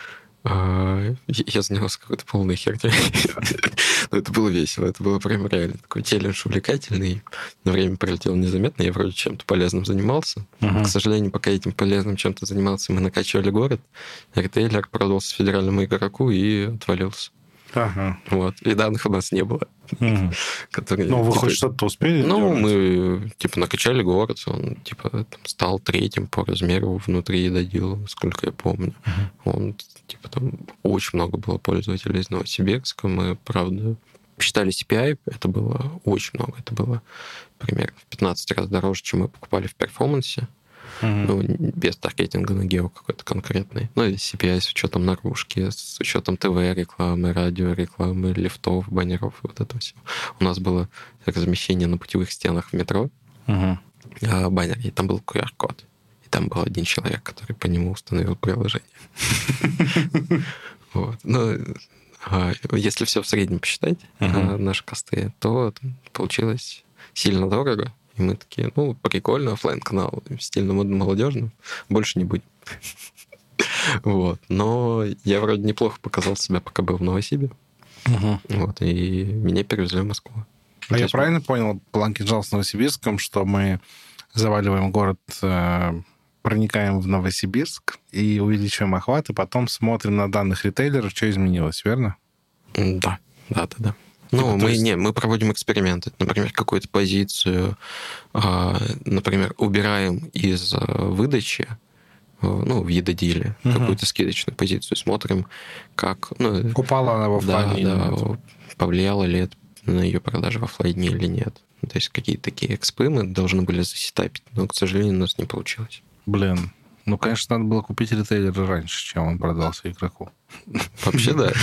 A: э, я занялся какой-то полной херней. Но это было весело, это было прям реально такой челлендж увлекательный. Но время пролетело незаметно, я вроде чем-то полезным занимался. Uh-huh. К сожалению, пока этим полезным чем-то занимался, мы накачивали город. Ритейлер продался федеральному игроку и отвалился.
B: Ага.
A: Вот. И данных у нас не было.
B: Угу.
A: Которые,
B: ну, вы
A: типа,
B: хоть что-то успели
A: Ну,
B: сделать?
A: мы, типа, накачали город, он, типа, там, стал третьим по размеру внутри Едодила, насколько я помню. Uh-huh. Он, типа, там очень много было пользователей из Новосибирска. Мы, правда, считали си пи ай, это было очень много. Это было примерно в пятнадцать раз дороже, чем мы покупали в перформансе. Uh-huh. Ну, без таргетинга на гео какой-то конкретный. Ну, и си пи ай с учетом наружки, с учетом ТВ-рекламы, радиорекламы, лифтов, баннеров и вот этого всего. У нас было размещение на путевых стенах в метро, uh-huh. а баннер, и там был ку ар-код. И там был один человек, который по нему установил приложение. Вот. Ну, если все в среднем посчитать, наши косты, то получилось сильно дорого. И мы такие, ну, прикольно, офлайн-канал, стильно молодежно, больше не будем. Вот. Но я вроде неплохо показал себя, пока был в Новосибе.
B: Угу.
A: Вот. И меня перевезли в Москву.
B: А я правильно понял, план кинжал с Новосибирском, что мы заваливаем город, проникаем в Новосибирск и увеличиваем охват, и потом смотрим на данных ритейлеров, что изменилось, верно?
A: Да, да, да, да. Ну, мы, есть... не, мы проводим эксперименты. Например, какую-то позицию, например, убираем из выдачи, ну, в Едодиле, угу. какую-то скидочную позицию, смотрим, как... Ну,
B: упала она в офлайне
A: да, да, повлияло ли это на ее продажи в офлайне или нет. То есть какие-то такие экспы мы должны были засетапить, но, к сожалению, у нас не получилось.
B: Блин. Ну, конечно, надо было купить ритейлера раньше, чем он продался игроку.
A: Вообще, да.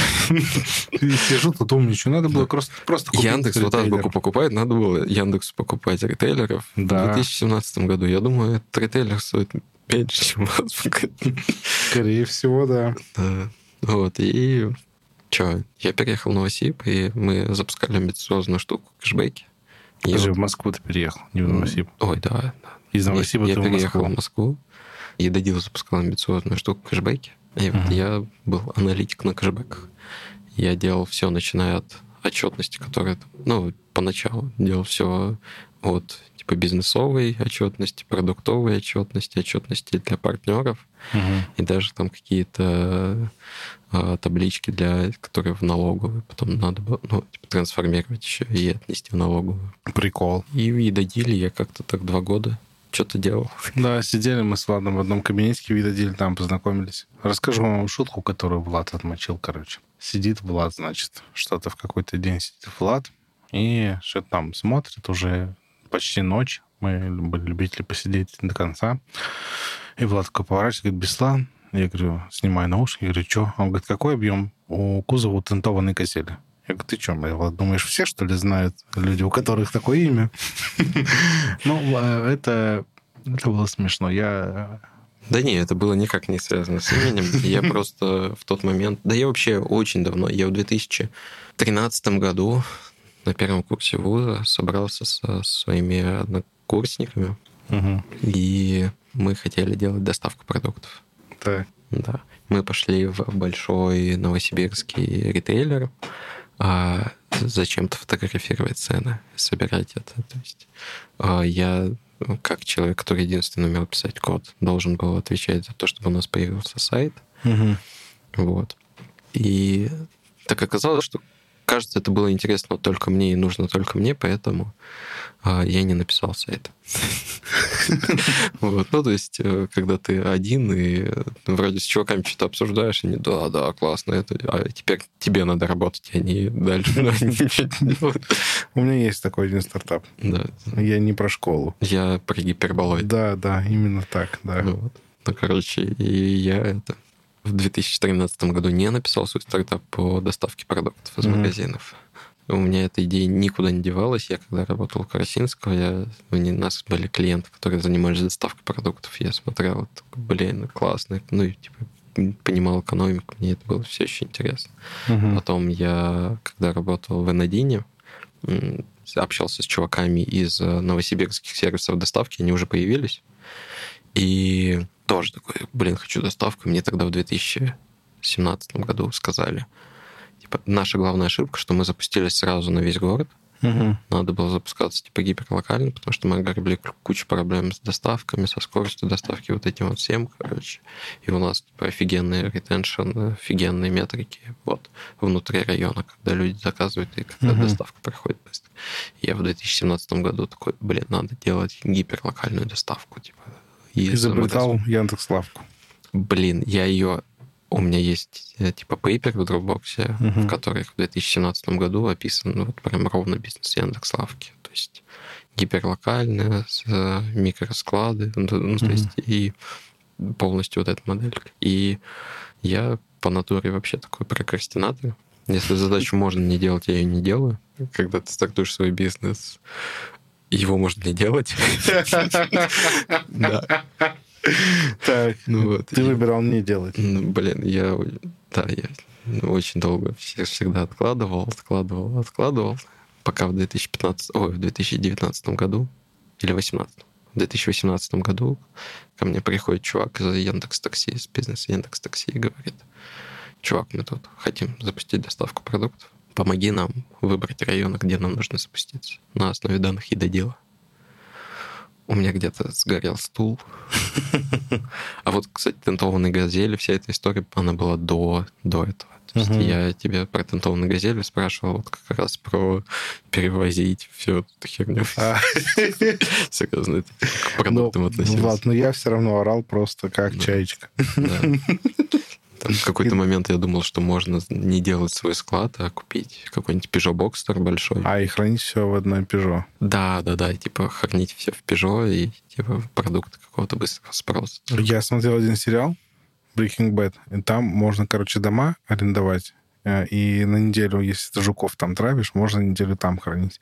B: Сижу, тут умничаю. Надо было просто, просто купить
A: Яндекс вот азбуку покупает, надо было Яндексу покупать ритейлеров.
B: Да.
A: В две тысячи семнадцатом году. Я думаю, этот ритейлер стоит меньше, чем азбука.
B: Скорее всего, да.
A: Да. Вот, и что, я переехал в Новосиб, и мы запускали амбициозную штуку, кэшбэки.
B: Ты же в Москву ты переехал, не в Новосиб.
A: Ой, да.
B: Из Новосиба
A: я,
B: ты
A: я
B: в
A: переехал
B: Москву.
A: в Москву. Едодил запускал амбициозную штуку кэшбэки. И uh-huh. вот я был аналитик на кэшбэках. Я делал все, начиная от отчетности, которая, ну, поначалу делал все от типа бизнесовой отчетности, продуктовой отчетности, отчетности для партнеров, uh-huh. и даже там какие-то а, таблички, для, которые в налоговую потом надо было, ну, типа, трансформировать еще и отнести в налоговую.
B: Прикол.
A: И в Едодиле я как-то так два года что-то делал.
B: Да, сидели мы с Владом в одном кабинетике, Едодиле, там познакомились. Расскажу вам шутку, которую Влад отмочил, короче. Сидит Влад, значит, что-то в какой-то день сидит Влад, и что-то там смотрит, уже почти ночь. Мы были любители посидеть до конца. И Влад такой поворачивается, говорит, Беслан. Я говорю, снимаю наушники, говорю, что? Он говорит, какой объем у кузова у тентованной газели? Я говорю, ты что, Влад, думаешь, все, что ли, знают люди, у которых такое имя? Ну, это было смешно. Я...
A: Да не, это было никак не связано с именем. Я просто в тот момент... Да я вообще очень давно... Я в две тысячи тринадцатом году на первом курсе вуза собрался со своими однокурсниками
B: Угу.
A: И мы хотели делать доставку продуктов.
B: Так.
A: Да. Мы пошли в большой новосибирский ритейлер, а зачем-то фотографировать цены, собирать это. То есть а я, как человек, который единственный умел писать код, должен был отвечать за то, чтобы у нас появился сайт.
B: Угу.
A: Вот. И так оказалось, что, кажется, это было интересно только мне и нужно только мне, поэтому а, я не написал сайт. Вот. Ну, то есть, когда ты один и вроде с чуваками что-то обсуждаешь, они, да, да, классно, это, а теперь тебе надо работать, а не дальше.
B: У меня есть такой один стартап.
A: Да.
B: Я не про школу.
A: Я про гиперболоид.
B: Да, да, именно так, да.
A: Вот. Ну, короче, и я это в две тысячи тринадцатом году не написал свой стартап по доставке продуктов из mm-hmm. магазинов. У меня эта идея никуда не девалась. Я когда работал у Карасинского, я, у нас были клиенты, которые занимались доставкой продуктов. Я смотрел, блин, классно. Ну, и типа понимал экономику, мне это было все еще интересно. Mm-hmm. Потом я, когда работал в Энодине, общался с чуваками из новосибирских сервисов доставки, они уже появились. И тоже такой, блин, хочу доставку. Мне тогда в две тысячи семнадцатом году сказали, типа, наша главная ошибка, что мы запустились сразу на весь город. Угу. Надо было запускаться типа гиперлокально, потому что мы огребли кучу проблем с доставками, со скоростью доставки, вот этим вот всем, короче. И у нас типа офигенный ретеншн, офигенные метрики вот внутри района, когда люди заказывают и когда угу. доставка проходит быстро. И я в две тысячи семнадцатом году такой, блин, надо делать гиперлокальную доставку, типа.
B: Изобретал Яндекс.Лавку.
A: Блин, я ее... У меня есть типа пейпер в Dropbox, uh-huh. в которых в две тысячи семнадцатом году описан вот прям ровно бизнес Яндекс.Лавки. То есть гиперлокальная, с микросклады, ну, uh-huh. то есть и полностью вот эта моделька. И я по натуре вообще такой прокрастинатор. Если задачу можно не делать, я ее не делаю. Когда ты стартуешь свой бизнес, его можно не делать. Да.
B: Так, ну, вот. Ты выбирал не делать.
A: Ну, блин, я, да, я очень долго всегда откладывал, откладывал, откладывал, пока в две тысячи пятнадцатом, ой, в две тысячи девятнадцатом году или восемнадцатом, в две тысячи восемнадцатом году ко мне приходит чувак из Яндекс.Такси, из бизнеса Яндекс.Такси и говорит, чувак, мы тут хотим запустить доставку продуктов, помоги нам выбрать районы, где нам нужно запуститься на основе данных едодила. У меня где-то сгорел стул. А вот, кстати, тентованные газели, вся эта история, она была до, до этого. То есть uh-huh. я тебе про тентованные газели спрашивал вот как раз про перевозить всю эту херню. Серьезно, это к продуктам относилось.
B: Ладно, но я все равно орал просто как чаечка.
A: Там в какой-то момент я думал, что можно не делать свой склад, а купить какой-нибудь Peugeot Boxster большой.
B: А, и хранить все в одной Peugeot.
A: Да, да, да. Типа хранить все в Peugeot и типа продукты какого-то быстрого спроса.
B: Я смотрел один сериал Breaking Bad, и там можно, короче, дома арендовать. И на неделю, если ты жуков там травишь, можно неделю там хранить.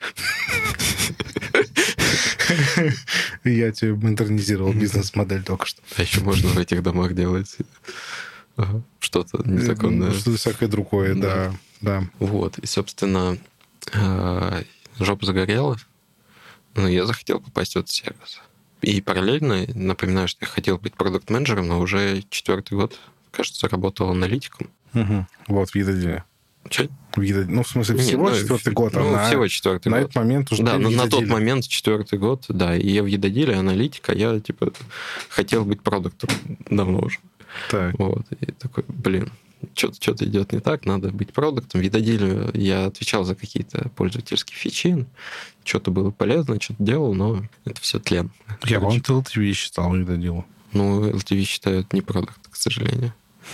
B: Я тебе модернизировал бизнес-модель только что.
A: А еще можно в этих домах делать... Ага. Что-то незаконное.
B: Что-то всякое другое, да. да. да.
A: Вот. И, собственно, жопа загорела, но я захотел попасть в этот сервис. И параллельно, напоминаю, что я хотел быть продакт-менеджером, но уже четвертый год, кажется, работал аналитиком.
B: Угу. Вот, в Едодиле.
A: Че?
B: В Едодиле. Ну, в смысле, всего Нет, четвертый год.
A: Ну,
B: а
A: всего четвертый
B: на
A: год.
B: На этот момент уже
A: Да, но на тот момент четвертый год, да. И я в Едодиле аналитик, а я, типа, хотел быть продуктом давно уже.
B: Так.
A: Вот. И такой, блин, что-то, что-то идет не так, надо быть продуктом. В Едодиле я отвечал за какие-то пользовательские фичи, что-то было полезно, что-то делал, но это все тлен.
B: Я, по-моему, ты эл ти ви считал Едодилу.
A: Ну, эл ти ви считают не продукт, к сожалению.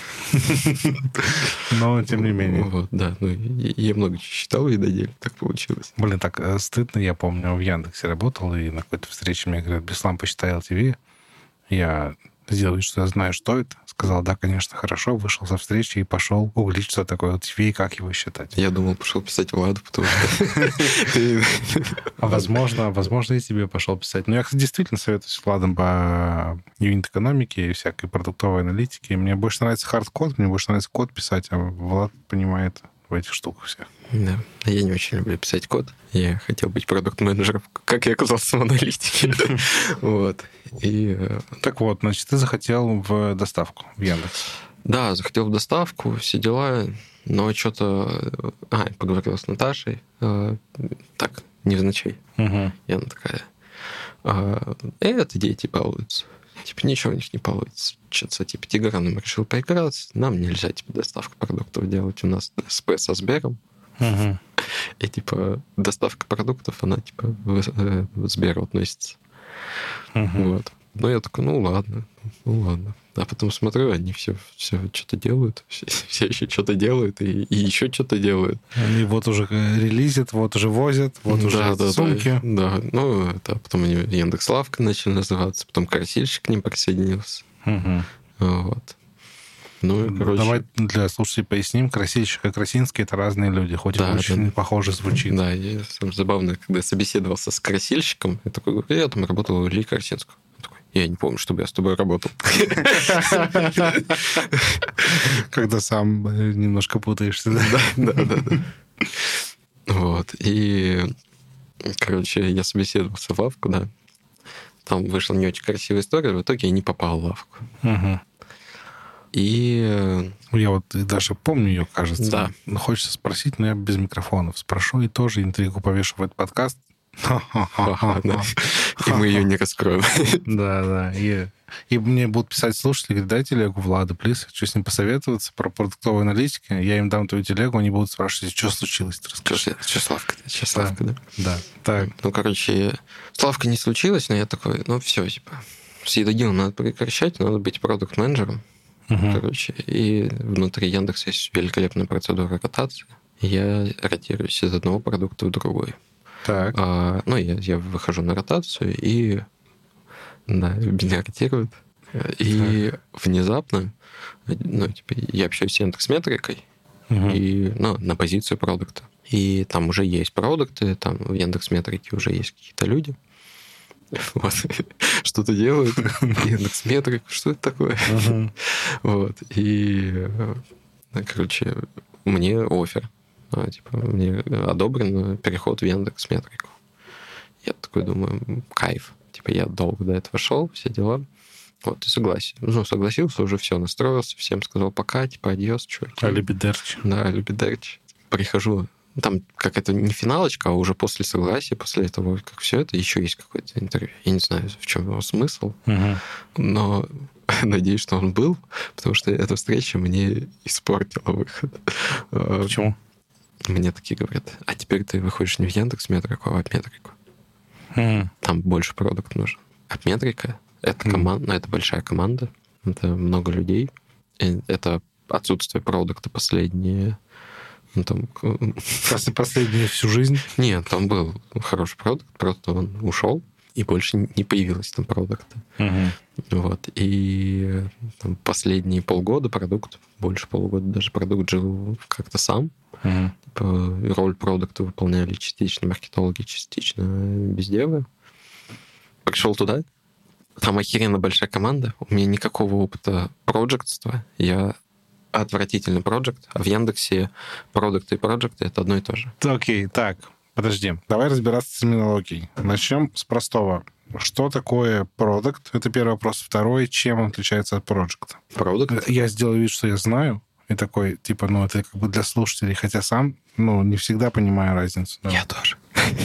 B: Но, тем не менее.
A: Вот, да. Ну, я много чего считал в Едодиле, так получилось.
B: Блин, так стыдно. Я помню, в Яндексе работал, и на какой-то встрече мне говорят, Беслан, посчитай эл ти ви. Я сделал, что я знаю, что это. Сказал, да, конечно, хорошо. Вышел со встречи и пошел гуглить, что такое эл ти ви и как его считать.
A: Я думал, пошел писать Владу, потому что...
B: А возможно, возможно, и тебе пошел писать. Но я, кстати, действительно советую с Владом по юнит-экономике и всякой продуктовой аналитике. Мне больше нравится хардкод, мне больше нравится код писать, а Влад понимает в в этих штуках всех.
A: Да. Я не очень люблю писать код. Я хотел быть продукт-менеджером, как я оказался в аналитике. Вот. И...
B: Так вот, значит, ты захотел в доставку, в Яндекс.
A: Да, захотел в доставку, все дела, но что-то... А, поговорил с Наташей. Так, невзначай.
B: Угу.
A: И она такая... Это дети балуются. Типа, ничего у них не получится. Что-то, типа, Тиграном решил поиграться. Нам нельзя, типа, доставку продуктов делать. У нас СП со Сбером.
B: Угу.
A: И, типа, доставка продуктов, она, типа, в, э, в Сберу относится.
B: Угу.
A: Вот. Ну, я такой, ну, ладно, ну, ладно. А потом смотрю, они все, все что-то делают, все, все еще что-то делают, и, и еще что-то делают.
B: Они вот уже релизят, вот уже возят, вот
A: да,
B: уже
A: да,
B: сумки.
A: Да, да, ну, это потом они Яндекс.Лавка начали называться, потом Красильщик к ним присоединился.
B: Угу.
A: Вот. Ну, и, короче...
B: Давай для слушателей поясним. Красильщик и Красинский — это разные люди, хоть
A: да,
B: и очень
A: да,
B: похоже звучит.
A: Да, я сам забавно, когда собеседовался с Красильщиком, я такой говорю, я там работал у Ильи Красинского. Я не помню, чтобы я с тобой работал.
B: Когда сам немножко путаешься.
A: Да, да, да. Вот. И, короче, я собеседовался в лавку, да. Там вышла не очень красивая история, в итоге я не попал в лавку. И...
B: Я вот даже помню ее, кажется.
A: Да.
B: Но хочется спросить, но я без микрофонов спрошу и тоже интригу повешу в этот подкаст.
A: И мы ее не раскроем.
B: Да, да. И, и мне будут писать слушатели, говорят, дай телегу Влада, плиз, хочу с ним посоветоваться про продуктовую аналитику. Я им дам твою телегу, они будут спрашивать, что случилось, ты расскажи.
A: Что Славка, что Славка, да?
B: Да. Так.
A: Ну, короче, Славка не случилось, но я такой, ну, все, типа, с едодилом надо прекращать, надо быть продукт-менеджером. Угу. Короче, и внутри Яндекса есть великолепная процедура ротации. Я ротируюсь из одного продукта в другой.
B: Так.
A: А, ну, я, я выхожу на ротацию, и да, меня ротируют. И так. Внезапно, ну, типа, я общаюсь с Яндекс.Метрикой, угу. и, ну, на позицию продукта. И там уже есть продукты, там в Яндекс.Метрике уже есть какие-то люди. Вот. Что-то делают. Яндекс.Метрик, что это такое? Uh-huh. Вот. И, короче, мне оффер. А, типа, мне одобрен переход в Яндекс.Метрику. Я такой думаю, кайф. Типа, я долго до этого шел, все дела. Вот, и согласен. Ну, согласился, уже все, настроился, всем сказал пока, типа, адьос, чуваки.
B: Алибидерчи.
A: Да, алибидерчи. Прихожу. Там какая-то не финалочка, а уже после согласия, после того, как все это, еще есть какое-то интервью. Я не знаю, в чем его смысл,
B: угу.
A: но надеюсь, что он был, потому что эта встреча мне испортила выход.
B: Почему?
A: Мне такие говорят, а теперь ты выходишь не в Яндекс.Метрику, а в Апметрику.
B: Mm.
A: Там больше продукт нужен. Апметрика — это команда, mm. это большая команда, это много людей, это отсутствие продукта последние... Ну, там...
B: Последнюю всю жизнь?
A: Нет, там был хороший продукт, просто он ушел, и больше не появилось там продукта.
B: Uh-huh.
A: Вот. И там, последние полгода продукт, больше полугода даже продукт жил как-то сам.
B: Uh-huh.
A: Типа, роль продукта выполняли частично маркетологи, частично бездевы. Пришел туда, там охеренно большая команда, у меня никакого опыта проектства, я отвратительный проект, а в Яндексе продукты и проекты — это одно и то же.
B: Окей, okay, так, подожди. Давай разбираться с терминологией. Начнем с простого. Что такое продукт? Это первый вопрос. Второй, чем он отличается от проекта?
A: Продукт?
B: Я сделаю вид, что я знаю, и такой, типа, ну, это как бы для слушателей, хотя сам, ну, не всегда понимаю разницу.
A: Я тоже.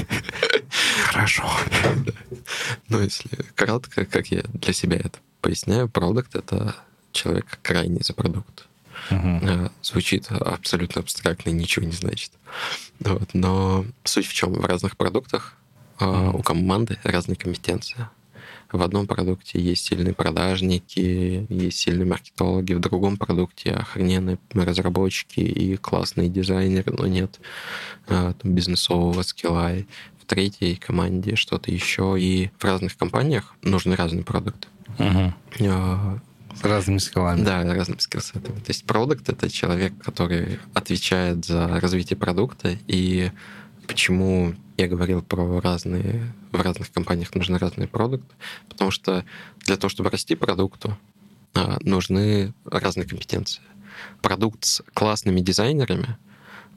A: Хорошо. Ну, если кратко, как я для себя это поясняю, продукт — это человек крайний за продукт. Uh-huh. Звучит абсолютно абстрактно, ничего не значит. Вот. Но суть в чем? В разных продуктах uh-huh. у команды разные компетенции. В одном продукте есть сильные продажники, есть сильные маркетологи, в другом продукте охрененные разработчики и классные дизайнеры, но нет там, бизнесового скилла. В третьей команде что-то еще. И в разных компаниях нужны разные продукты.
B: Uh-huh. С разными скиллами.
A: Да, разными скиллсетами. То есть продукт — это человек, который отвечает за развитие продукта. И почему я говорил про разные... В разных компаниях нужны разные продукты? Потому что для того, чтобы расти продукту, нужны разные компетенции. Продукт с классными дизайнерами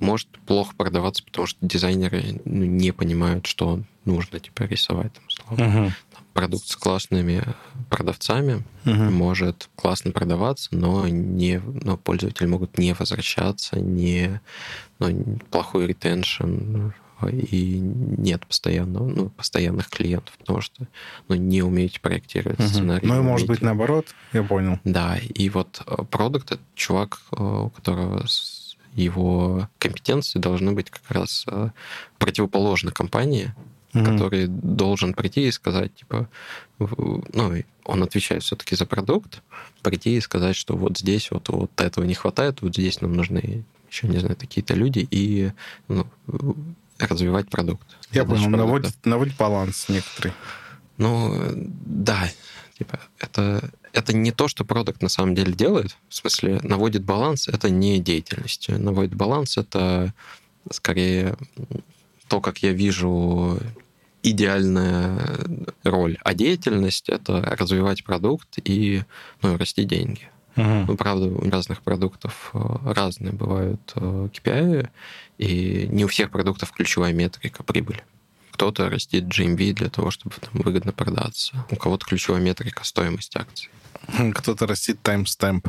A: может плохо продаваться, потому что дизайнеры ну, не понимают, что нужно типа рисовать. Там, условно.
B: Uh-huh.
A: Продукт с классными продавцами
B: Uh-huh.
A: может классно продаваться, но, не, но пользователи могут не возвращаться, не, ну, плохой ретеншн, и нет постоянного, ну, постоянных клиентов, потому что ну, не умеете проектировать uh-huh. сценарий.
B: Ну, и может быть наоборот, я понял.
A: Да, и вот продукт — это чувак, у которого его компетенции должны быть как раз противоположны компании, mm-hmm. который должен прийти и сказать, типа, ну, он отвечает все-таки за продукт, прийти и сказать, что вот здесь вот, вот этого не хватает, вот здесь нам нужны еще, не знаю, такие-то люди, и ну, развивать продукт.
B: Я понял, наводит, наводит баланс некоторый.
A: Ну, да, типа, это, это не то, что продукт на самом деле делает, в смысле, наводит баланс — это не деятельность. Наводит баланс — это скорее то, как я вижу идеальная роль, а деятельность — это развивать продукт и ну, расти деньги. Uh-huh. Ну, правда, у разных продуктов разные бывают кей пи ай, и не у всех продуктов ключевая метрика — прибыль. Кто-то растит джи эм ви для того, чтобы там, выгодно продаться. У кого-то ключевая метрика — стоимость акций.
B: Кто-то растит таймстемп.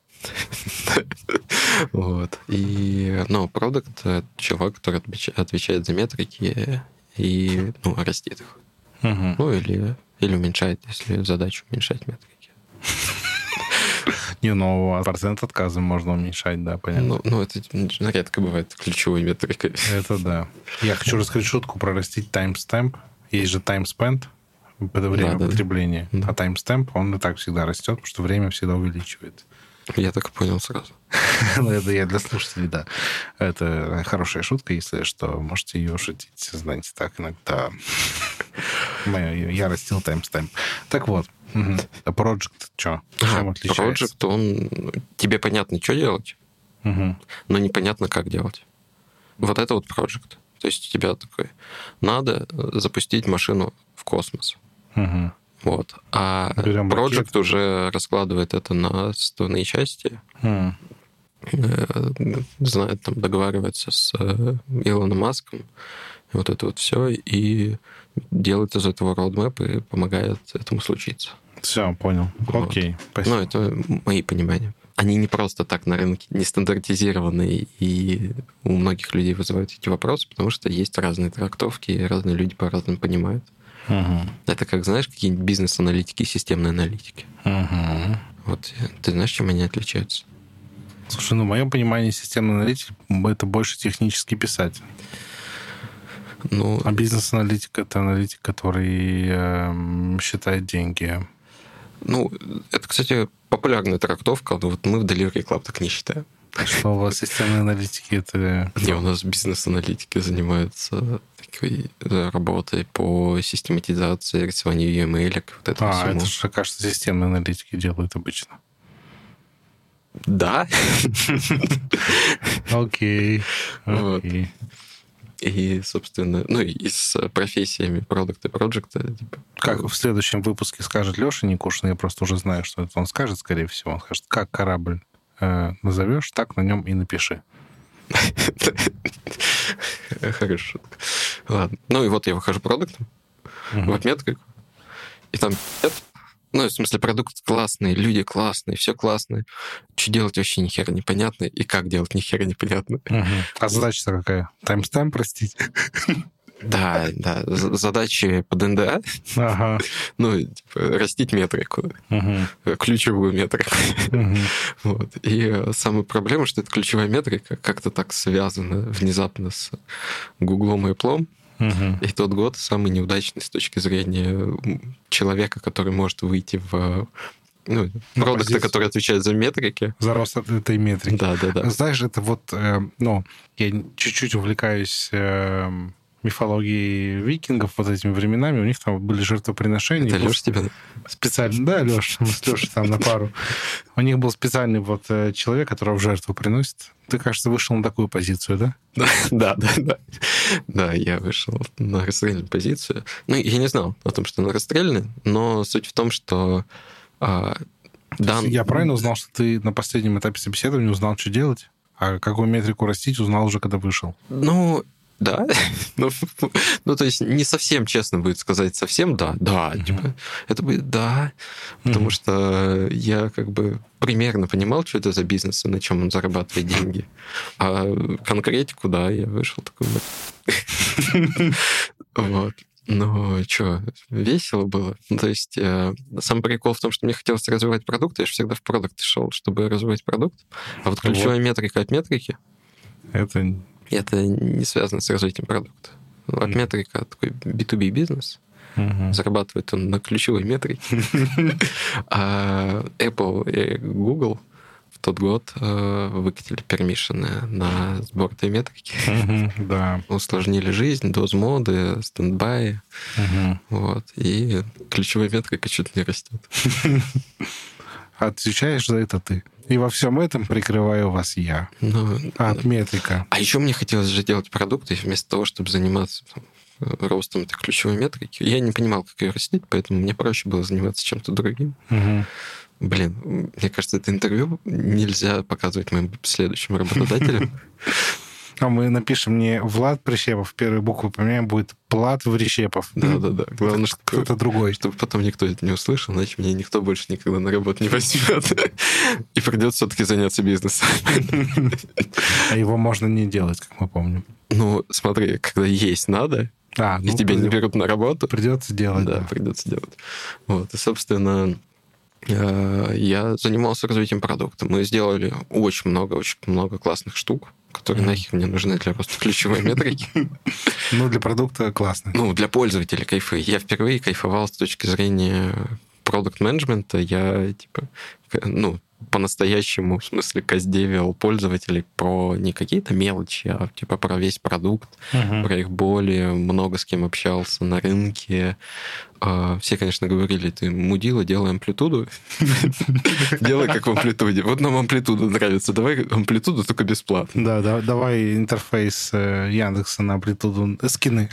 A: Вот. И, ну, продукт — это чувак, который отвечает за метрики и, ну, растит их.
B: Uh-huh.
A: Ну, или, или уменьшает, если задачу уменьшать метрики.
B: Не, ну, процент отказа можно уменьшать, да, понятно.
A: Ну, ну, это редко бывает ключевой метрикой.
B: Это да. Я хочу рассказать шутку про растить таймстемп. Есть же time spent, это время да, потребления. Да. А таймстемп, он и так всегда растет, потому что время всегда увеличивает.
A: Я так и понял сразу.
B: Ну, это я для слушателей, да. Это хорошая шутка, если что. Можете ее шутить, знаете, так иногда. Я растил таймстемп. Так вот. А Project что? Чем
A: а,
B: отличается?
A: Project, он... Тебе понятно, что делать,
B: угу.
A: но непонятно, как делать. Вот это вот Project. То есть у тебя такой... Надо запустить машину в космос.
B: Угу.
A: Вот. А
B: Берем
A: Project
B: ракет.
A: Уже раскладывает это на составные части.
B: Угу.
A: Знает, там договаривается с Илоном Маском. Вот это вот все. И делает из этого roadmap и помогает этому случиться.
B: Все, понял. Вот. Окей, спасибо.
A: Ну, это мои понимания. Они не просто так на рынке не стандартизированы, и у многих людей вызывают эти вопросы, потому что есть разные трактовки, и разные люди по-разному понимают.
B: Угу.
A: Это как, знаешь, какие-нибудь бизнес-аналитики и системные аналитики.
B: Угу.
A: Вот ты знаешь, чем они отличаются?
B: Слушай, ну, в моем понимании системный аналитик — это больше технический писатель.
A: Ну,
B: а бизнес-аналитик — это аналитик, который э, считает деньги.
A: Ну, это, кстати, популярная трактовка, но вот мы в Delivery Club так не считаем.
B: Что у вас системные аналитики — это...
A: Не, у нас бизнес-аналитики занимаются такой работой по систематизации, рисованию ю эм эл, вот это
B: А,
A: всему.
B: это же, кажется, системные аналитики делают обычно.
A: Да.
B: Окей. Окей.
A: И, собственно, ну и с профессиями продукта и проекта. Типа...
B: Как в следующем выпуске скажет Леша Никушин, я просто уже знаю, что это он скажет, скорее всего. Он скажет, как корабль э, назовешь, так на нем и напиши.
A: Хорошо. Ладно. Ну и вот я выхожу продуктом, в отметку, и там... Ну, в смысле, продукт классный, люди классные, все классное. Что делать вообще ни хера непонятно, и как делать ни хера непонятно.
B: Угу. А задача-то какая? Таймстемп, простите?
A: Да, да. Задачи под эн дэ а.
B: Ага.
A: Ну, типа, растить метрику.
B: Угу.
A: Ключевую метрику.
B: Угу.
A: Вот. И самая проблема, что эта ключевая метрика как-то так связана внезапно с Гуглом и Apple.
B: Угу.
A: И тот год самый неудачный с точки зрения человека, который может выйти в ну, продукты, который отвечает за метрики.
B: За рост этой метрики.
A: Да, да, да.
B: Знаешь, это вот, э, ну, я чуть-чуть увлекаюсь э, мифологией викингов вот этими временами. У них там были жертвоприношения.
A: Это Леша тебя?
B: Специально, да, Леша, мы с Лешей там на пару. У них был специальный вот человек, которого в жертву приносит. Ты, кажется, вышел на такую позицию, да?
A: Да, да, да. Да, я вышел на расстрельную позицию. Ну, я не знал о том, что она расстрельная, но суть в том, что... А, дан...
B: Я правильно узнал, что ты на последнем этапе собеседования узнал, что делать? А какую метрику растить, узнал уже, когда вышел?
A: Ну, да. ну, ну, то есть не совсем честно будет сказать совсем да. Да, uh-huh. типа, это будет да, потому uh-huh. что я как бы примерно понимал, что это за бизнес и на чем он зарабатывает деньги. А конкретику, да, я вышел такой... Вот. Ну, что, весело было. Ну, то есть э, сам прикол в том, что мне хотелось развивать продукт, я же всегда в продукт шел, чтобы развивать продукт. А вот ключевая вот. метрика от метрики...
B: Это...
A: Это не связано с развитием продукта. От mm. метрика такой би ту би бизнес. Mm-hmm. Зарабатывает он на ключевой метрике. А Apple и Google в тот год выкатили пермишины на сбор этой метрики.
B: Mm-hmm, да.
A: Усложнили жизнь, доз-моды, стендбай. Mm-hmm. Вот. И ключевая метрика что-то не растет.
B: Отвечаешь за это ты. И во всем этом прикрываю вас я.
A: Ну,
B: От метрика.
A: А еще мне хотелось же делать продукты, вместо того, чтобы заниматься там, ростом этой ключевой метрики. Я не понимал, как ее растить, поэтому мне проще было заниматься чем-то другим.
B: Угу.
A: Блин, мне кажется, это интервью нельзя показывать моим следующим работодателям.
B: А мы напишем не Влад Прищепов, первую букву поменяем, будет Плат Врещепов.
A: Да-да-да. Главное, что
B: кто-то другой.
A: Чтобы потом никто это не услышал, иначе меня никто больше никогда на работу не возьмет. И придется все-таки заняться бизнесом.
B: А его можно не делать, как мы помним.
A: Ну, смотри, когда есть надо, а, и ну, тебя придет... не берут на работу...
B: Придется делать,
A: да. Да, придется делать. Вот. И, собственно... Я занимался развитием продукта. Мы сделали очень много, очень много классных штук, которые mm. нахер мне нужны для роста ключевой метрики.
B: Ну, для продукта классно.
A: Ну, для пользователя кайфы. Я впервые кайфовал с точки зрения продукт-менеджмента. Я, типа, ну, по-настоящему, в смысле, каздевил пользователей про не какие-то мелочи, а типа про весь продукт, uh-huh. про их боли, много с кем общался на рынке. Все, конечно, говорили, ты мудила, делай амплитуду. Делай как в амплитуде. Вот нам амплитуда нравится, давай амплитуду только бесплатно.
B: Да, да, давай интерфейс Яндекса на амплитуду. Скины.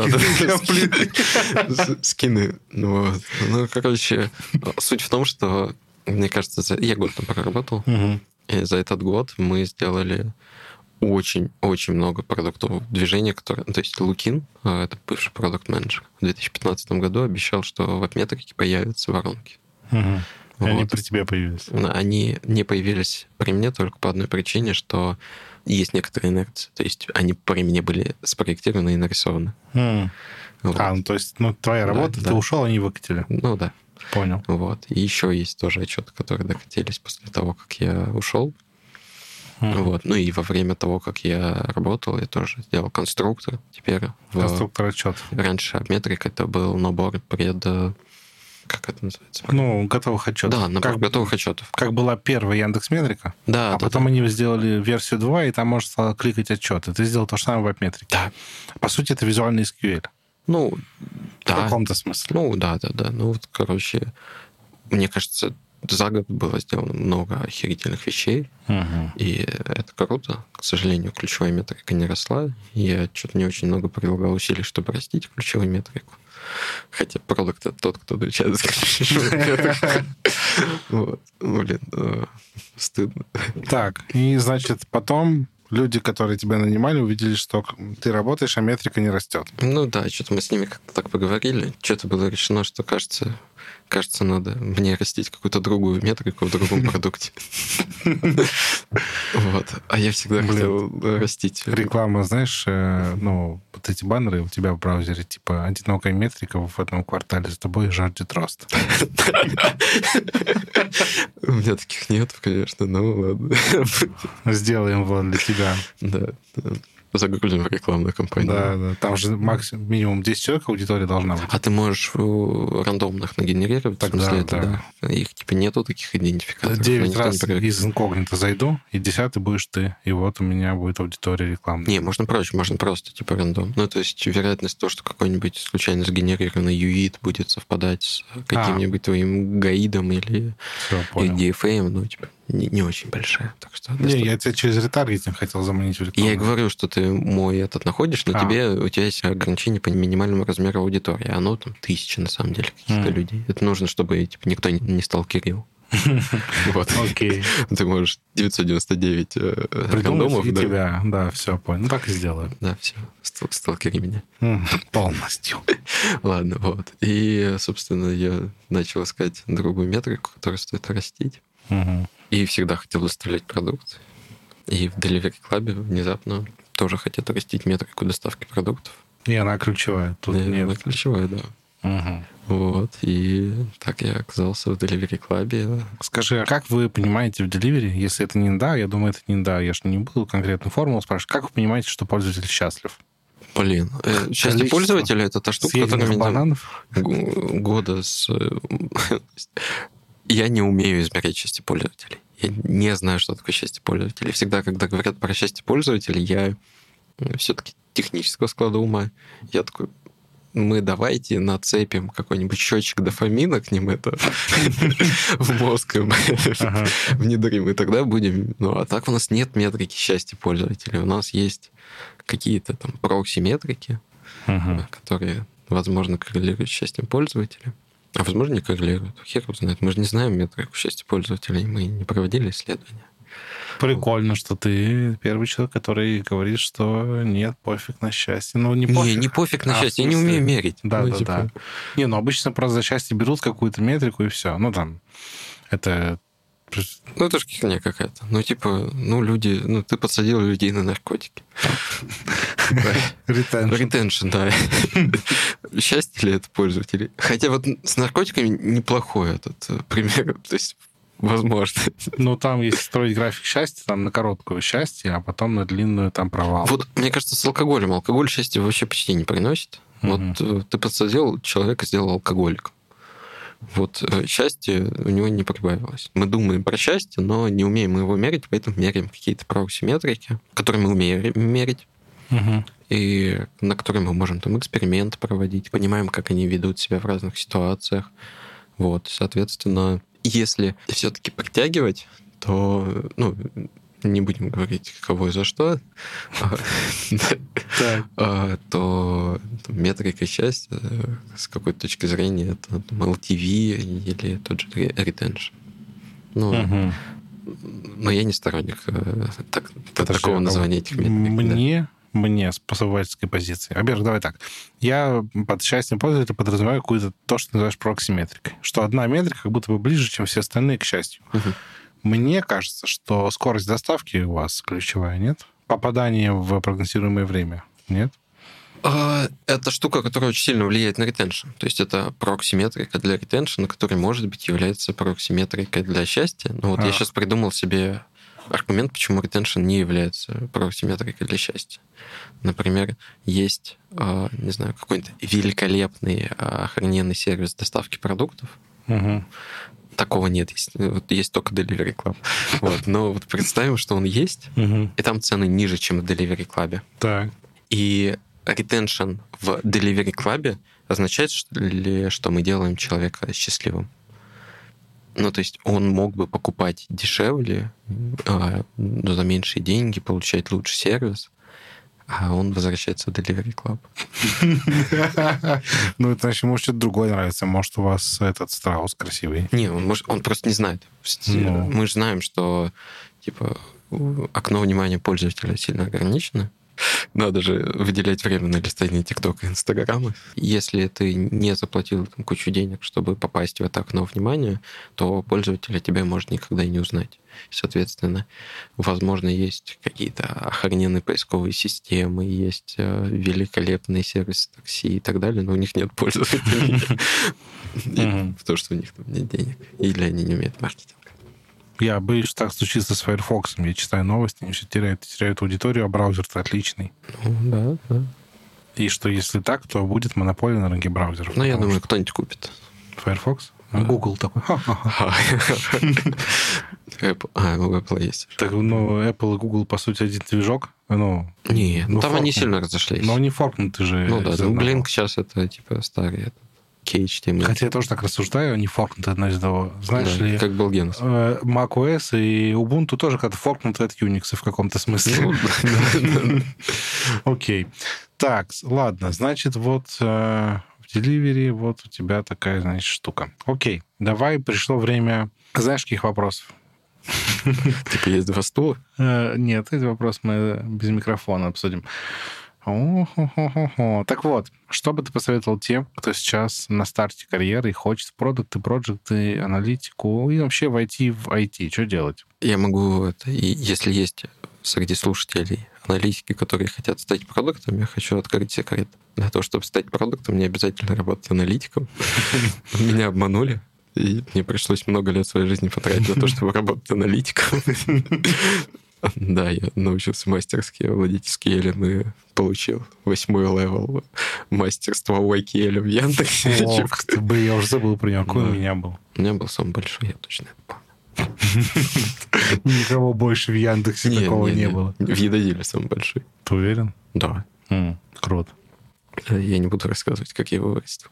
A: Скины. Ну, короче, суть в том, что мне кажется, за... я год там проработал, uh-huh. и за этот год мы сделали очень-очень много продуктов движения, которые... То есть Лукин, это бывший продукт-менеджер, в две тысячи пятнадцатом году обещал, что в AppMetrics появятся воронки.
B: Uh-huh. Вот. Они при тебе появились?
A: Они не появились при мне только по одной причине, что есть некоторые инерции. То есть они при мне были спроектированы и нарисованы.
B: Uh-huh. Вот. А, ну то есть ну, твоя работа, да, ты да. ушел, они выкатили?
A: Ну да.
B: Понял.
A: Вот. И еще есть тоже отчеты, которые докатились после того, как я ушел. Mm-hmm. Вот. Ну и во время того, как я работал, я тоже сделал конструктор. Теперь
B: конструктор в... отчет.
A: Раньше AppMetrics это был набор пред... Как это называется?
B: Ну, готовых отчетов.
A: Да, набор как, готовых отчетов.
B: Как была первая Яндекс.Метрика,
A: да,
B: а
A: да,
B: потом
A: да.
B: они сделали версию два, и там можно стало кликать отчеты. Ты сделал то же самое в AppMetrics.
A: Да.
B: По сути, это визуальный эс кью эль.
A: Ну,
B: в
A: да.
B: каком-то смысле.
A: Ну, да, да, да. Ну, вот, короче, мне кажется, за год было сделано много охерительных вещей,
B: угу.
A: и это круто. К сожалению, ключевая метрика не росла. Я что-то не очень много прилагал усилий, чтобы растить ключевую метрику. Хотя продукт — это тот, кто отвечает за ключевую метрику. Вот. Блин, стыдно.
B: Так, и, значит, потом... Люди, которые тебя нанимали, увидели, что ты работаешь, а метрика не растет.
A: Ну да, что-то мы с ними как-то так поговорили. Что-то было решено, что, кажется, кажется, надо мне растить какую-то другую метрику в другом продукте. Вот. А я всегда хотел растить.
B: Реклама, знаешь, ну, вот эти баннеры у тебя в браузере, типа, одинокая метрика в этом квартале с тобой жаждет роста.
A: У меня таких нет, конечно, ну ладно.
B: Сделаем вот для тебя.
A: Да, загрузим в рекламную кампанию.
B: Да, да. Там же максимум, минимум десять человек аудитория должна быть.
A: А ты можешь рандомных нагенерировать?
B: Тогда, в смысле, это,
A: да. да. Их типа нету таких идентификаторов.
B: Девять раз из инкогнито зайду, и десятый будешь ты. И вот у меня будет аудитория рекламная.
A: Не, можно проще, можно просто типа рандом. Ну, то есть вероятность того, что какой-нибудь случайно сгенерированный ю ай ди будет совпадать с каким-нибудь а. твоим гаидом или, или ди эф эй, ну, типа, не, не очень большая. Так что
B: не, достаточно... я тебя через ретаргетинг хотел заманить в рекламу.
A: Я и говорю, что ты мой этот находишь, но а. тебе, у тебя есть ограничение по минимальному размеру аудитории. Оно там тысячи, на самом деле, каких-то mm. людей. Это нужно, чтобы типа, никто не стал Кирилл. Вот.
B: Окей.
A: Ты можешь девятьсот девяносто девять рандомов.
B: И
A: да.
B: тебя, да, все, понял. Ну, так и сделаю.
A: Да, все, сталкери меня.
B: Полностью.
A: Ладно, вот. И, собственно, я начал искать другую метрику, которую стоит растить.
B: Угу.
A: И всегда хотел доставлять продукт. И в Delivery Club внезапно тоже хотят растить метрику доставки продуктов.
B: И она ключевая. Тут
A: и
B: нет.
A: Она ключевая, да.
B: Угу.
A: Вот. И так я оказался в Delivery Club.
B: Скажи, а как вы понимаете в Delivery, если это не да, я думаю, это не да, я же не буду конкретную формулу спрашивать, как вы понимаете, что пользователь счастлив?
A: Блин, э, счастье пользователя — это та штука, которая меня
B: бананов?
A: года с... Я не умею измерять счастье пользователей. Я не знаю, что такое счастье пользователей. Всегда, когда говорят про счастье пользователей, я все-таки технического склада ума. Я такой, мы давайте нацепим какой-нибудь счетчик дофамина к ним это в мозг внедрим, и тогда будем... Ну, а так у нас нет метрики счастья пользователей. У нас есть какие-то там прокси-метрики, которые, возможно, коррелируют с счастьем пользователя. А возможно, не коррелируют. Хер его знает. Мы же не знаем метрику счастья пользователей. Мы не проводили исследования.
B: Прикольно, что ты первый человек, который говорит, что нет, пофиг на счастье. Ну, не пофиг.
A: Не, не пофиг на
B: а,
A: счастье. Я не умею мерить.
B: Да,
A: ну,
B: да,
A: типа...
B: да. Не, ну, обычно просто за счастье берут какую-то метрику, и все. Ну, там, это...
A: Ну, это же херня какая-то. Ну, типа, ну, люди... Ну, ты подсадил людей на наркотики.
B: Ретеншн.
A: Ретеншн, да. Счастье ли это пользователей? Хотя вот с наркотиками неплохой этот пример. То есть, возможно.
B: Ну, там, если строить график счастья, там на короткую счастье, а потом на длинную там провал.
A: Вот, мне кажется, с алкоголем. Алкоголь счастья вообще почти не приносит. Вот ты подсадил человека, сделал алкоголиком. Вот счастье у него не прибавилось. Мы думаем про счастье, но не умеем его мерить, поэтому меряем какие-то прокси-метрики, которые мы умеем мерить,
B: угу.
A: и на которые мы можем там эксперименты проводить, понимаем, как они ведут себя в разных ситуациях. Вот, соответственно, если все-таки притягивать, то, ну, не будем говорить, кого и за что, то метрика счастья с какой-то точки зрения это эл ти ви или тот же retention. Ну, но я не сторонник такого названия этих метрик.
B: Мне мне с пособовательской позиции. Во-первых, давай так. Я под счастьем пользователя подразумеваю какую-то то, что ты называешь прокси-метрикой. Что одна метрика как будто бы ближе, чем все остальные к счастью. Мне кажется, что скорость доставки у вас ключевая, нет? Попадание в прогнозируемое время, нет?
A: Это штука, которая очень сильно влияет на ретеншн. То есть это прокси-метрика для ретеншна, которая, может быть, является прокси-метрикой для счастья. Но вот а. я сейчас придумал себе аргумент, почему ретеншн не является прокси-метрикой для счастья. Например, есть, не знаю, какой-то великолепный охрененный сервис доставки продуктов.
B: Угу.
A: Такого нет, есть, вот есть только Delivery Club. Вот, но вот представим, что он есть,
B: угу.
A: и там цены ниже, чем в Delivery Club.
B: Так.
A: И ретеншн в Delivery Club означает ли, что мы делаем человека счастливым? Ну, то есть он мог бы покупать дешевле, но за меньшие деньги, получать лучший сервис, а он возвращается в Delivery Club.
B: Ну, это значит, может, что-то другое нравится. Может, у вас этот страус красивый.
A: Не, он, может, он просто не знает.
B: Ну.
A: Мы же знаем, что типа окно внимания пользователя сильно ограничено. Надо же выделять время на листание ТикТока и Инстаграма. Если ты не заплатил там кучу денег, чтобы попасть в это окно внимания, то пользователь тебя может никогда и не узнать. Соответственно, возможно, есть какие-то охрененные поисковые системы, есть великолепные сервисы такси и так далее, но у них нет пользователей. Потому что у них там нет денег. Или они не умеют маркетинг.
B: Я боюсь, что так случится с Firefox. Я читаю новости, они все теряют, теряют аудиторию, а браузер-то отличный.
A: Ну, да, да.
B: И что если так, то будет монополия на рынке браузеров.
A: Ну, я думаю, кто-нибудь купит.
B: Firefox? А Google такой.
A: Apple. А, ну, Apple есть.
B: Так, ну, Apple и Google, по сути, один движок. Ну,
A: не, ну, там они сильно разошлись.
B: Но они форкнуты же.
A: Ну, да, Blink сейчас это, типа, старый кей эйч ти эм эл.
B: Хотя я тоже так рассуждаю, они форкнуты одно из того. Знаешь
A: да,
B: ли...
A: как был Генос.
B: macOS и Ubuntu тоже как-то форкнуты от Unix в каком-то смысле.
A: Ну,
B: Окей. Так, ладно. Значит, вот в Delivery, вот у тебя такая, значит, штука. Окей, давай, пришло время, знаешь, каких вопросов?
A: Типа есть два стула?
B: Нет, этот вопрос мы без микрофона обсудим. О-хо-хо-хо-хо. Так вот, что бы ты посоветовал тем, кто сейчас на старте карьеры и хочет в продукты, проекты, аналитику и вообще войти в ай ти? Что делать?
A: Я могу, это, и если есть среди слушателей аналитики, которые хотят стать продуктом, я хочу открыть секрет. Для того, чтобы стать продуктом, не обязательно работать аналитиком. Меня обманули. И мне пришлось много лет своей жизни потратить на то, чтобы работать аналитиком. Да, я научился мастерски владеть эс кью эль и получил восьмой левел мастерства у ай кью эль в Яндексе.
B: Ох ты, блин, я уже забыл про него. Какой у меня был?
A: У меня был самый большой, я точно это помню.
B: Никого больше в Яндексе такого не было.
A: В Едодиле самый большой.
B: Ты уверен?
A: Да.
B: Круто.
A: Я не буду рассказывать, как я его вырастил.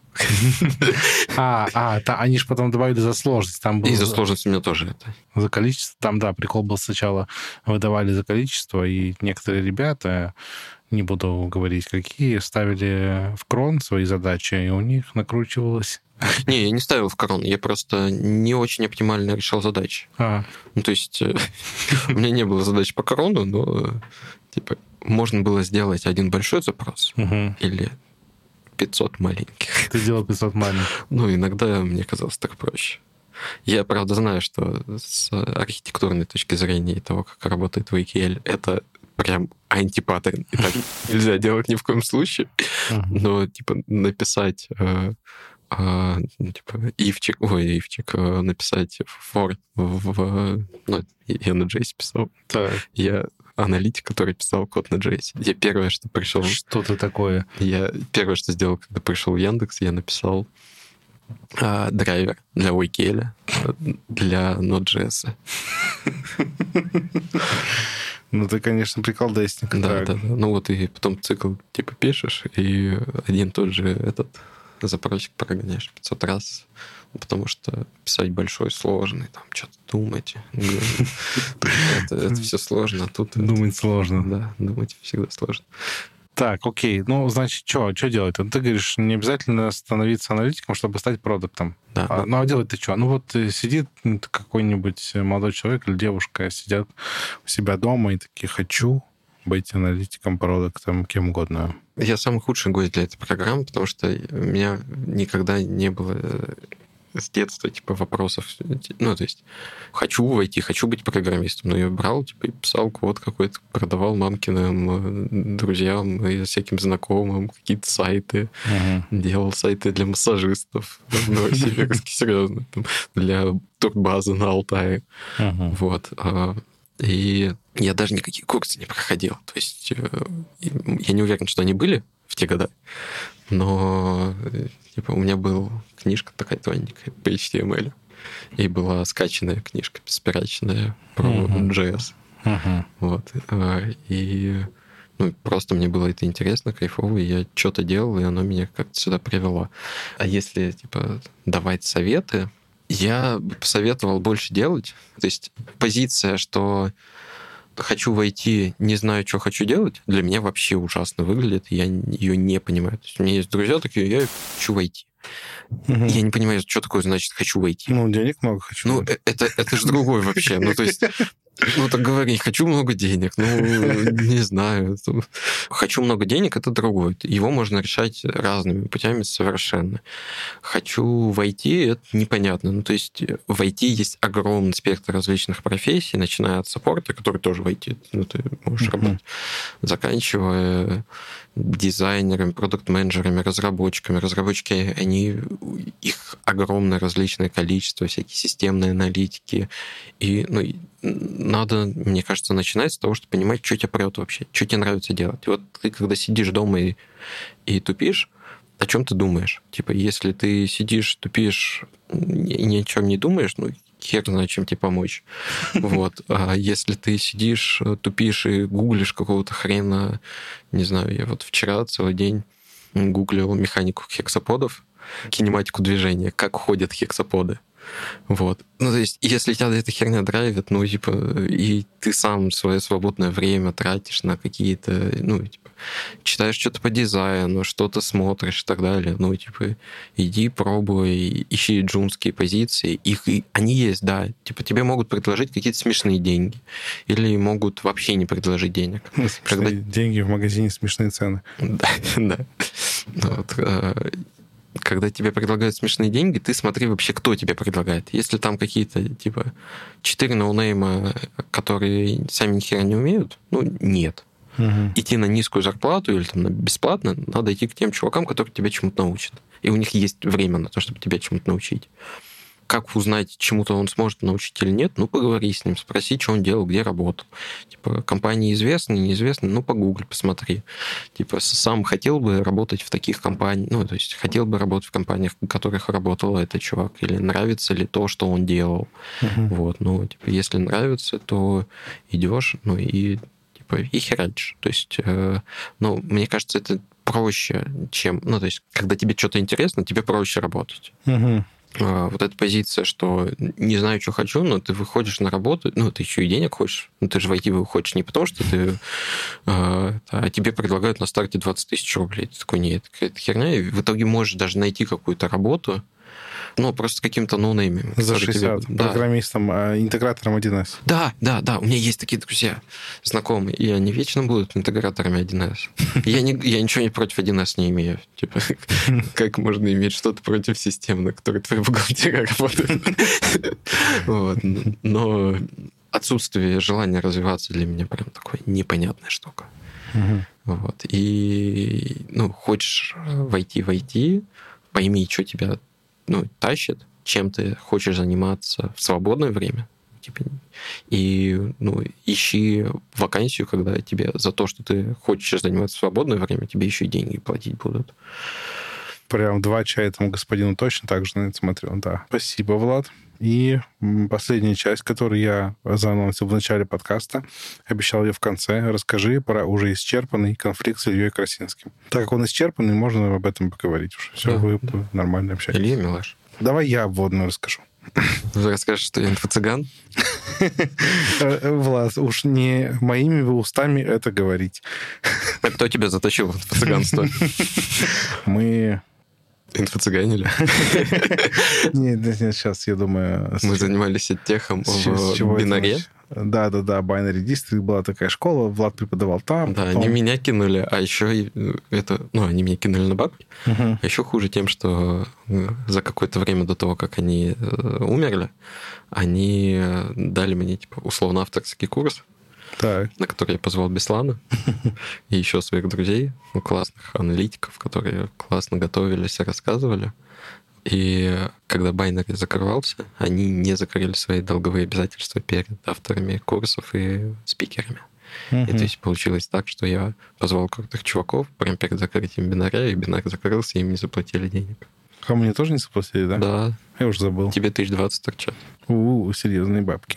B: А, а, та, они же потом добавили за сложность. Там было
A: и за сложность у меня тоже это.
B: За количество. Там, да, прикол был сначала выдавали за количество, и некоторые ребята, не буду говорить какие, ставили в крон свои задачи, и у них накручивалось.
A: Не, я не ставил в крон, я просто не очень оптимально решал задачи.
B: А.
A: Ну, то есть у меня не было задач по крону, но типа можно было сделать один большой запрос
B: угу.
A: или пятьсот маленьких.
B: Ты делал пятьсот маленьких.
A: Ну, иногда мне казалось так проще. Я, правда, знаю, что с архитектурной точки зрения и того, как работает ви кей эл, это прям антипаттерн. И так нельзя делать ни в коем случае. Uh-huh. Но, типа, написать... Э, э, типа, ивчик... Ой, ивчик. Э, написать for в... в ну, я на джейс писал.
B: Так.
A: Я аналитик, который писал код на джейс. Я первое, что пришел...
B: Что-то такое.
A: Я первое, что сделал, когда пришел в Яндекс, я написал а, драйвер для ви кей эл, для Node.js.
B: Ну, ты, конечно, приколдесник.
A: Да, да, да. Ну вот и потом цикл типа пишешь, и один тот же этот запросик прогоняешь пятьсот раз, потому что писать большой сложный, там что-то думать. Это все сложно. Тут
B: думать сложно.
A: Да, думать всегда сложно.
B: Так, окей. Ну, значит, что что делать? Ты говоришь, не обязательно становиться аналитиком, чтобы стать продуктом.
A: Да.
B: А, ну, а делать-то что? Ну, вот сидит какой-нибудь молодой человек или девушка, сидят у себя дома и такие, хочу быть аналитиком, продуктом, кем угодно.
A: Я самый худший гость для этой программы, потому что у меня никогда не было с детства, типа, вопросов. Ну, то есть, хочу войти, хочу быть программистом. Но я брал, типа, и писал код какой-то, продавал мамкиным друзьям и всяким знакомым какие-то сайты. Uh-huh. Делал сайты для массажистов в Новосибирске, серьезно. Для турбазы на Алтае. Uh-huh. Вот. И я даже никакие курсы не проходил. То есть, я не уверен, что они были в те годы, но типа у меня была книжка такая тоненькая по эйч ти эм эль, и была скачанная книжка беспирачная про uh-huh. джей эс.
B: Uh-huh.
A: Вот. И ну, просто мне было это интересно, кайфово, и я что-то делал, и оно меня как-то сюда привело. А если типа давать советы, я бы посоветовал больше делать. То есть позиция, что хочу войти, не знаю, что хочу делать, для меня вообще ужасно выглядит, я ее не понимаю. То есть у меня есть друзья такие, я хочу войти. Угу. Я не понимаю, что такое значит «хочу войти».
B: Ну, денег много хочу.
A: Ну, это, это же другой вообще. Ну, то есть, ну, так говори, хочу много денег. Ну, не знаю. Хочу много денег — это другое. Его можно решать разными путями совершенно. Хочу войти — это непонятно. Ну, то есть в ай ти есть огромный спектр различных профессий, начиная от саппорта, который тоже в ай ти, ну, ты можешь uh-huh. работать, заканчивая дизайнерами, продукт-менеджерами, разработчиками. Разработчики, они, их огромное различное количество, всякие системные аналитики. И ну, надо, мне кажется, начинать с того, чтобы понимать, что тебе прет вообще, что тебе нравится делать. И вот ты, когда сидишь дома и, и тупишь, о чем ты думаешь? Типа, если ты сидишь, тупишь и ни о чем не думаешь, ну, хер знает, чем тебе помочь. Вот. А если ты сидишь, тупишь и гуглишь какого-то хрена, не знаю, я вот вчера целый день гуглил механику хексаподов, кинематику движения, как ходят хексаподы. Вот. Ну, то есть, если тебя эта херня драйвит, ну, типа, и ты сам свое свободное время тратишь на какие-то, ну, типа, читаешь что-то по дизайну, что-то смотришь и так далее, ну, типа, иди, пробуй, ищи джунские позиции, их, и они есть, да, типа, тебе могут предложить какие-то смешные деньги, или могут вообще не предложить денег.
B: Смешные Когда... деньги в магазине, смешные цены.
A: Да, да. Вот, когда тебе предлагают смешные деньги, ты смотри вообще, кто тебе предлагает. Если там какие-то, типа, четыре ноунейма, которые сами ни хера не умеют, ну, нет. Угу. Идти на низкую зарплату или там на бесплатно, надо идти к тем чувакам, которые тебя чему-то научат. И у них есть время на то, чтобы тебя чему-то научить. Как узнать, чему-то он сможет научить или нет? Ну, поговори с ним, спроси, что он делал, где работал. Типа, компании известны, неизвестны, ну, погугли, посмотри. Типа, сам хотел бы работать в таких компаниях, ну, то есть, хотел бы работать в компаниях, в которых работал этот чувак, или нравится ли то, что он делал. Uh-huh. Вот, ну, типа, если нравится, то идешь, ну, и, типа, и херачишь. То есть, э, ну, мне кажется, это проще, чем, ну, то есть, когда тебе что-то интересно, тебе проще работать. Uh-huh. Вот эта позиция, что не знаю, что хочу, но ты выходишь на работу, ну, ты еще и денег хочешь, ну, ты же в ай ти выходишь не потому, что ты... А, а тебе предлагают на старте двадцать тысяч рублей. Ты такой, нет, это какая-то херня, и в итоге можешь даже найти какую-то работу, ну, просто с каким-то ноунеймом.
B: За шестьдесят, тебе... программистом, да. Интегратором один эс.
A: Да, да, да, у меня есть такие друзья, знакомые, и они вечно будут интеграторами один эс. Я, не, я ничего не против один эс не имею. Типа, как можно иметь что-то против системы, на которой твоя бухгалтерия работает? Вот. Но отсутствие желания развиваться для меня прям такой непонятная штука. Вот. И, ну, хочешь войти в ай ти, пойми, что тебя ну, тащит, чем ты хочешь заниматься в свободное время. Типа, и ну, ищи вакансию, когда тебе за то, что ты хочешь заниматься в свободное время, тебе еще и деньги платить будут.
B: Прям два чая этому господину точно так же на это смотрел, да. Спасибо, Влад. И последняя часть, которую я заанонсил в начале подкаста, обещал ее в конце. Расскажи про уже исчерпанный конфликт с Ильей Красинским. Так как он исчерпанный, можно об этом поговорить уже. Все, да, вы да. нормально общаетесь.
A: Илья Милаш.
B: Давай я обводную расскажу.
A: Ты расскажешь, что я инфо-цыган?
B: Влад, уж не моими вы устами это говорить.
A: А кто тебя затащил в инфо-цыганство?
B: Мы...
A: Инфо-цыганили?
B: Нет, нет, нет, сейчас, я думаю...
A: Мы занимались техом в бинаре.
B: Да-да-да, Binary District была такая школа, Влад преподавал там.
A: Да, потом... они меня кинули, а еще это... Ну, они меня кинули на бабки. Uh-huh. А еще хуже тем, что за какое-то время до того, как они умерли, они дали мне, типа, условно авторский курс,
B: так.
A: на который я позвал Беслана и еще своих друзей, ну, классных аналитиков, которые классно готовились и рассказывали. И когда Binary закрывался, они не закрыли свои долговые обязательства перед авторами курсов и спикерами. Uh-huh. И то есть получилось так, что я позвал крутых чуваков прямо перед закрытием бинаря, и бинар закрылся, и им не заплатили денег.
B: А мне тоже не заплатили, да?
A: Да.
B: Я уже забыл.
A: Тебе тысяч двадцать торчат.
B: У-у, серьезные бабки.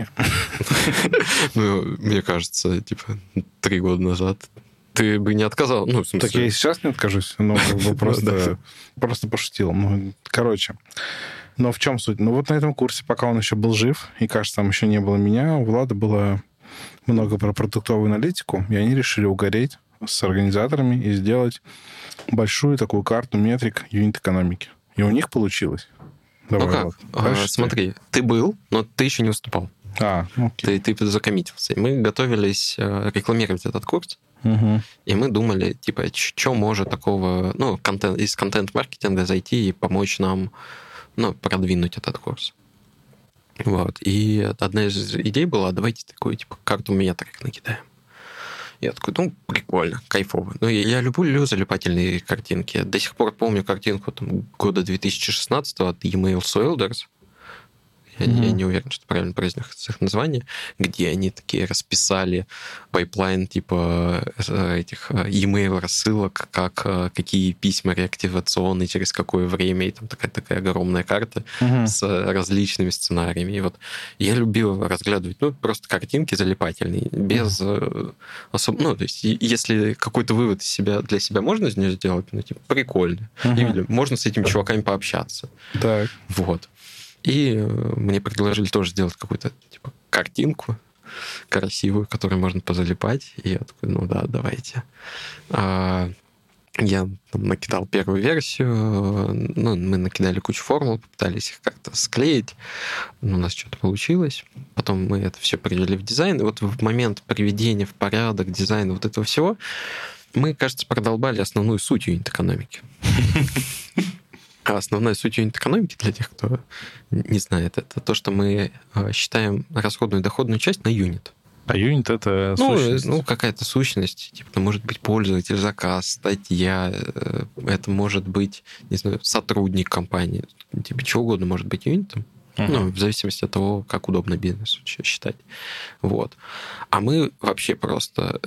A: Ну, мне кажется, типа, три года назад ты бы не отказал. Ну, в смысле...
B: Так я и сейчас не откажусь. Ну, как бы просто, просто пошутил. Ну, короче. Но в чем суть? Ну, вот на этом курсе, пока он еще был жив, и, кажется, там еще не было меня, у Влада было много про продуктовую аналитику, и они решили угореть с организаторами и сделать большую такую карту метрик юнит-экономики. И у них получилось.
A: Давай, ну как? Вот. А, смотри, ты был, но ты еще не выступал.
B: А, окей.
A: Ты, ты закоммитился. И мы готовились рекламировать этот курс.
B: Угу.
A: И мы думали, типа, что может такого, ну, контент, из контент-маркетинга зайти и помочь нам, ну, продвинуть этот курс. Вот. И одна из идей была, давайте такую, типа, карту метрик накидаем. Я такой, ну, прикольно, кайфово. Ну, я, я люблю залипательные картинки. До сих пор помню картинку там, года две тысячи шестнадцатого от E-Mail Soilders. Я, mm-hmm. я не уверен, что правильно произнес их название, где они такие расписали пайплайн типа этих e-mail рассылок, как какие письма реактивационные, через какое время, и там такая, такая огромная карта mm-hmm. с различными сценариями. И вот я любил разглядывать, ну, просто картинки залипательные, без mm-hmm. особо... Ну, то есть если какой-то вывод из себя, для себя можно из нее сделать, ну, типа, прикольно. Mm-hmm. Или можно с этими чуваками пообщаться.
B: Так.
A: Вот. И мне предложили тоже сделать какую-то типа картинку красивую, которую можно позалипать. И я такой, ну да, давайте. А, я там накидал первую версию, ну, мы накидали кучу формул, попытались их как-то склеить, но у нас что-то получилось. Потом мы это все привели в дизайн, и вот в момент приведения в порядок дизайна вот этого всего мы, кажется, продолбали основную суть юнит-экономики. А основная суть юнит-экономики, для тех, кто не знает, это то, что мы считаем расходную и доходную часть на юнит.
B: А юнит — это
A: ну,
B: сущность?
A: Ну, какая-то сущность. Типа, это может быть пользователь, заказ, статья. Это может быть, не знаю, сотрудник компании. Типа, чего угодно может быть юнитом. Uh-huh. Ну, в зависимости от того, как удобно бизнесу считать. Вот. А мы вообще просто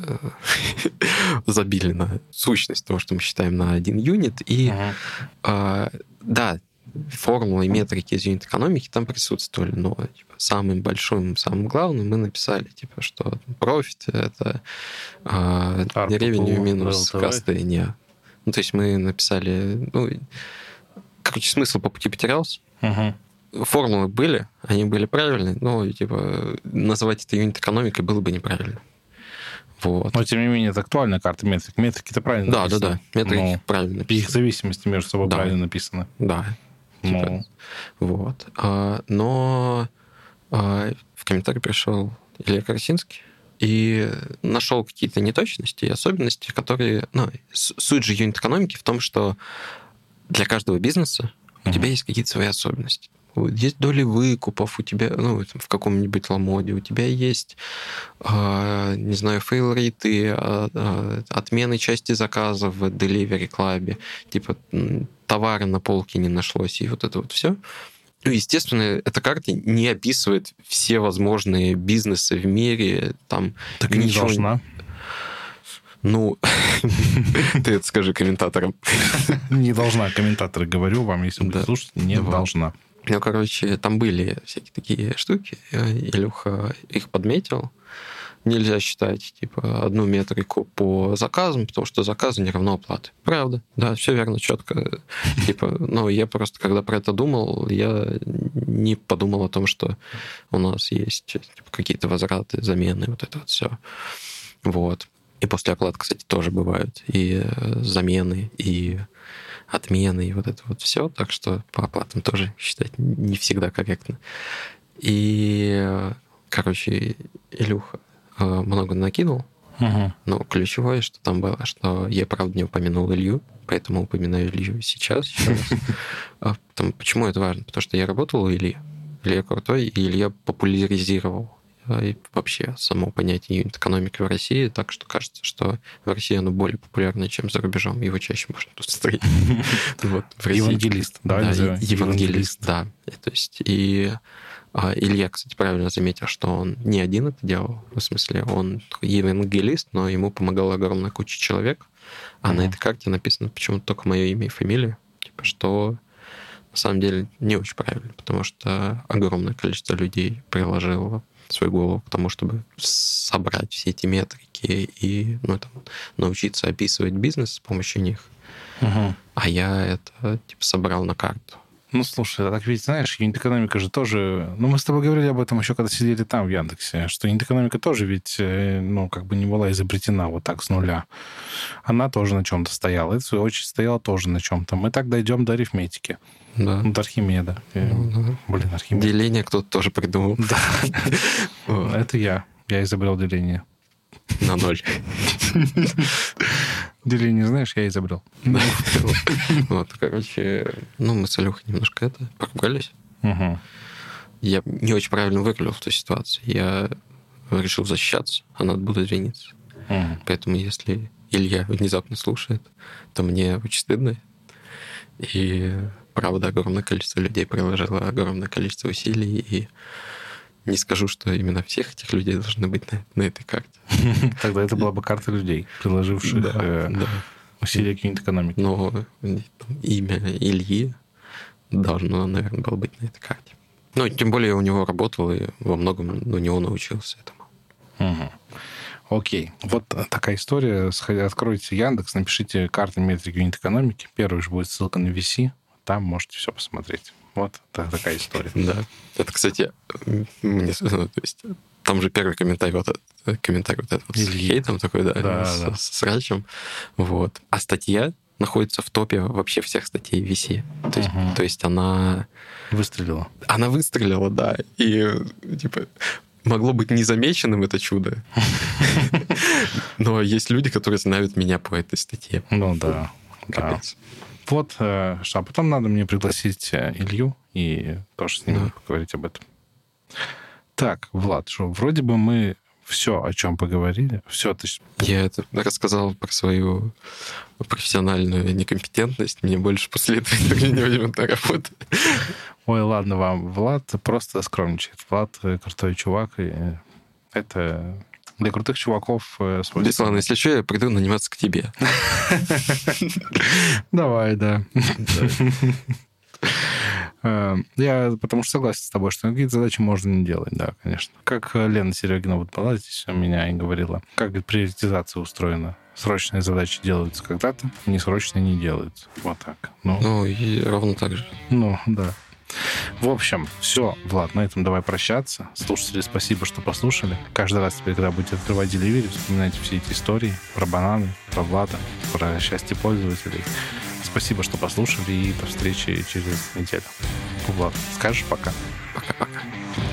A: забили на сущность того, что мы считаем на один юнит. И uh-huh. да, формулы и метрики из юнит-экономики там присутствовали, но типа, самым большим, самым главным мы написали, типа, что профит — это э, ревеню минус косты. Не. Ну, то есть мы написали... Ну, короче, смысл по пути потерялся. Uh-huh. Формулы были, они были правильные, но типа, называть это юнит-экономикой было бы неправильно. Вот.
B: Но, тем не менее, это актуальная карта метрик. Метрики-то правильно
A: да,
B: написаны.
A: Да, да, да. Метрики
B: ну,
A: правильно написаны.
B: Их зависимости между собой да. правильно написаны.
A: Да. Типа, ну. Вот. А, но а, в комментарий пришел Илья Карасинский и нашел какие-то неточности и особенности, которые... Ну, суть же юнит-экономики в том, что для каждого бизнеса у uh-huh. тебя есть какие-то свои особенности. Есть доли выкупов у тебя, ну, в каком-нибудь ламоде, у тебя есть, э, не знаю, фейл-рейты, э, отмены части заказов в Delivery Club, типа товара на полке не нашлось, и вот это вот все. Ну, естественно, эта карта не описывает все возможные бизнесы в мире. Там
B: так и не должна.
A: Ну, ты это скажи комментаторам.
B: Не должна, комментаторы, говорю вам, если будете слушать, не должна.
A: Ну, короче, там были всякие такие штуки. Илюха их подметил. Нельзя считать, типа, одну метрику по заказам, потому что заказы не равно оплаты. Правда, да, все верно, четко. Типа, ну, я просто, когда про это думал, я не подумал о том, что у нас есть типа, какие-то возвраты, замены, вот это вот все. Вот. И после оплаты, кстати, тоже бывают и замены, и отмены, и вот это вот все. Так что по оплатам тоже считать не всегда корректно. И, короче, Илюха много накинул. Uh-huh. Но ключевое, что там было, что я, правда, не упомянул Илью, поэтому упоминаю Илью сейчас. Еще раз. Почему это важно? Потому что я работал у Ильи. Илья крутой, и Илья популяризировал и вообще само понятие юнит-экономики в России, так что кажется, что в России оно более популярное, чем за рубежом. Его чаще можно тут встретить.
B: Евангелист, да?
A: Евангелист, да. То есть и Илья, кстати, правильно заметил, что он не один это делал. В смысле, он евангелист, но ему помогала огромная куча человек. А на этой карте написано почему-то только мое имя и фамилия. Типа, что на самом деле не очень правильно, потому что огромное количество людей приложило свою голову к тому, чтобы собрать все эти метрики и ну, там, научиться описывать бизнес с помощью них. Угу. А я это типа собрал на карту.
B: Ну, слушай, а так ведь, знаешь, юнит-экономика же тоже... Ну, мы с тобой говорили об этом еще, когда сидели там, в Яндексе, что юнит-экономика тоже ведь, ну, как бы не была изобретена вот так с нуля. Она тоже на чем-то стояла. Это, в свою очередь, стояла тоже на чем-то. Мы так дойдем до арифметики.
A: Да.
B: Ну, до Архимеда.
A: Ну,
B: Блин, Архимед.
A: Деление кто-то тоже придумал.
B: Да. Это я. Я изобрел деление.
A: На ноль.
B: Деление, знаешь, я изобрел.
A: Вот, короче, ну, мы с Илюхой немножко это, поругались. Я не очень правильно выглядел в той ситуации. Я решил защищаться, а надо было извиниться. Поэтому, если Илья внезапно слушает, то мне очень стыдно. И, правда, огромное количество людей приложило огромное количество усилий, и не скажу, что именно всех этих людей должны быть на, на этой карте.
B: Тогда это была бы карта людей, приложивших да, э, да. усилия к юнит-экономике.
A: Но имя Ильи должно, наверное, было быть на этой карте. Ну, тем более я у него работал, и во многом у него научился этому.
B: Угу. Окей. Вот такая история. Откройте Яндекс, напишите карты метрики юнит-экономики. Первый же будет ссылка на ви си. Там можете все посмотреть. Вот такая история.
A: Да. Это, кстати, мне... Ну, то есть, там же первый комментарий вот этот, комментарий вот этот вот с хейтом такой, да,
B: да,
A: с,
B: да.
A: с срачем. Вот. А статья находится в топе вообще всех статей ви си. То есть,
B: Угу.
A: то есть она...
B: Выстрелила.
A: Она выстрелила, да. И, типа, могло быть незамеченным это чудо. Но есть люди, которые знают меня по этой статье.
B: Ну да. Да. Вот, а потом надо мне пригласить Илью и тоже с ним да. поговорить об этом. Так, Влад, что вроде бы мы все, о чем поговорили, все. Ты...
A: Я это рассказал про свою профессиональную некомпетентность. Мне больше после этого не возьмут на работу.
B: Ой, ладно вам, Влад просто скромничает. Влад крутой чувак, и это... Для крутых чуваков свойственно.
A: Беслан, если что, я приду наниматься к тебе.
B: Давай, да. Я потому что согласен с тобой, что какие-то задачи можно не делать, да, конечно. Как Лена Серегина вот была здесь у меня и говорила, как приоритизация устроена. Срочные задачи делаются когда-то, несрочные не делаются. Вот так.
A: Ну, ну и ровно так же.
B: Ну, да. В общем, все, Влад, на этом давай прощаться. Слушатели, спасибо, что послушали. Каждый раз теперь, когда будете открывать Delivery, вспоминайте все эти истории про бананы, про Влада, про счастье пользователей. Спасибо, что послушали, и до встречи через неделю. Влад, скажешь пока?
A: Пока-пока.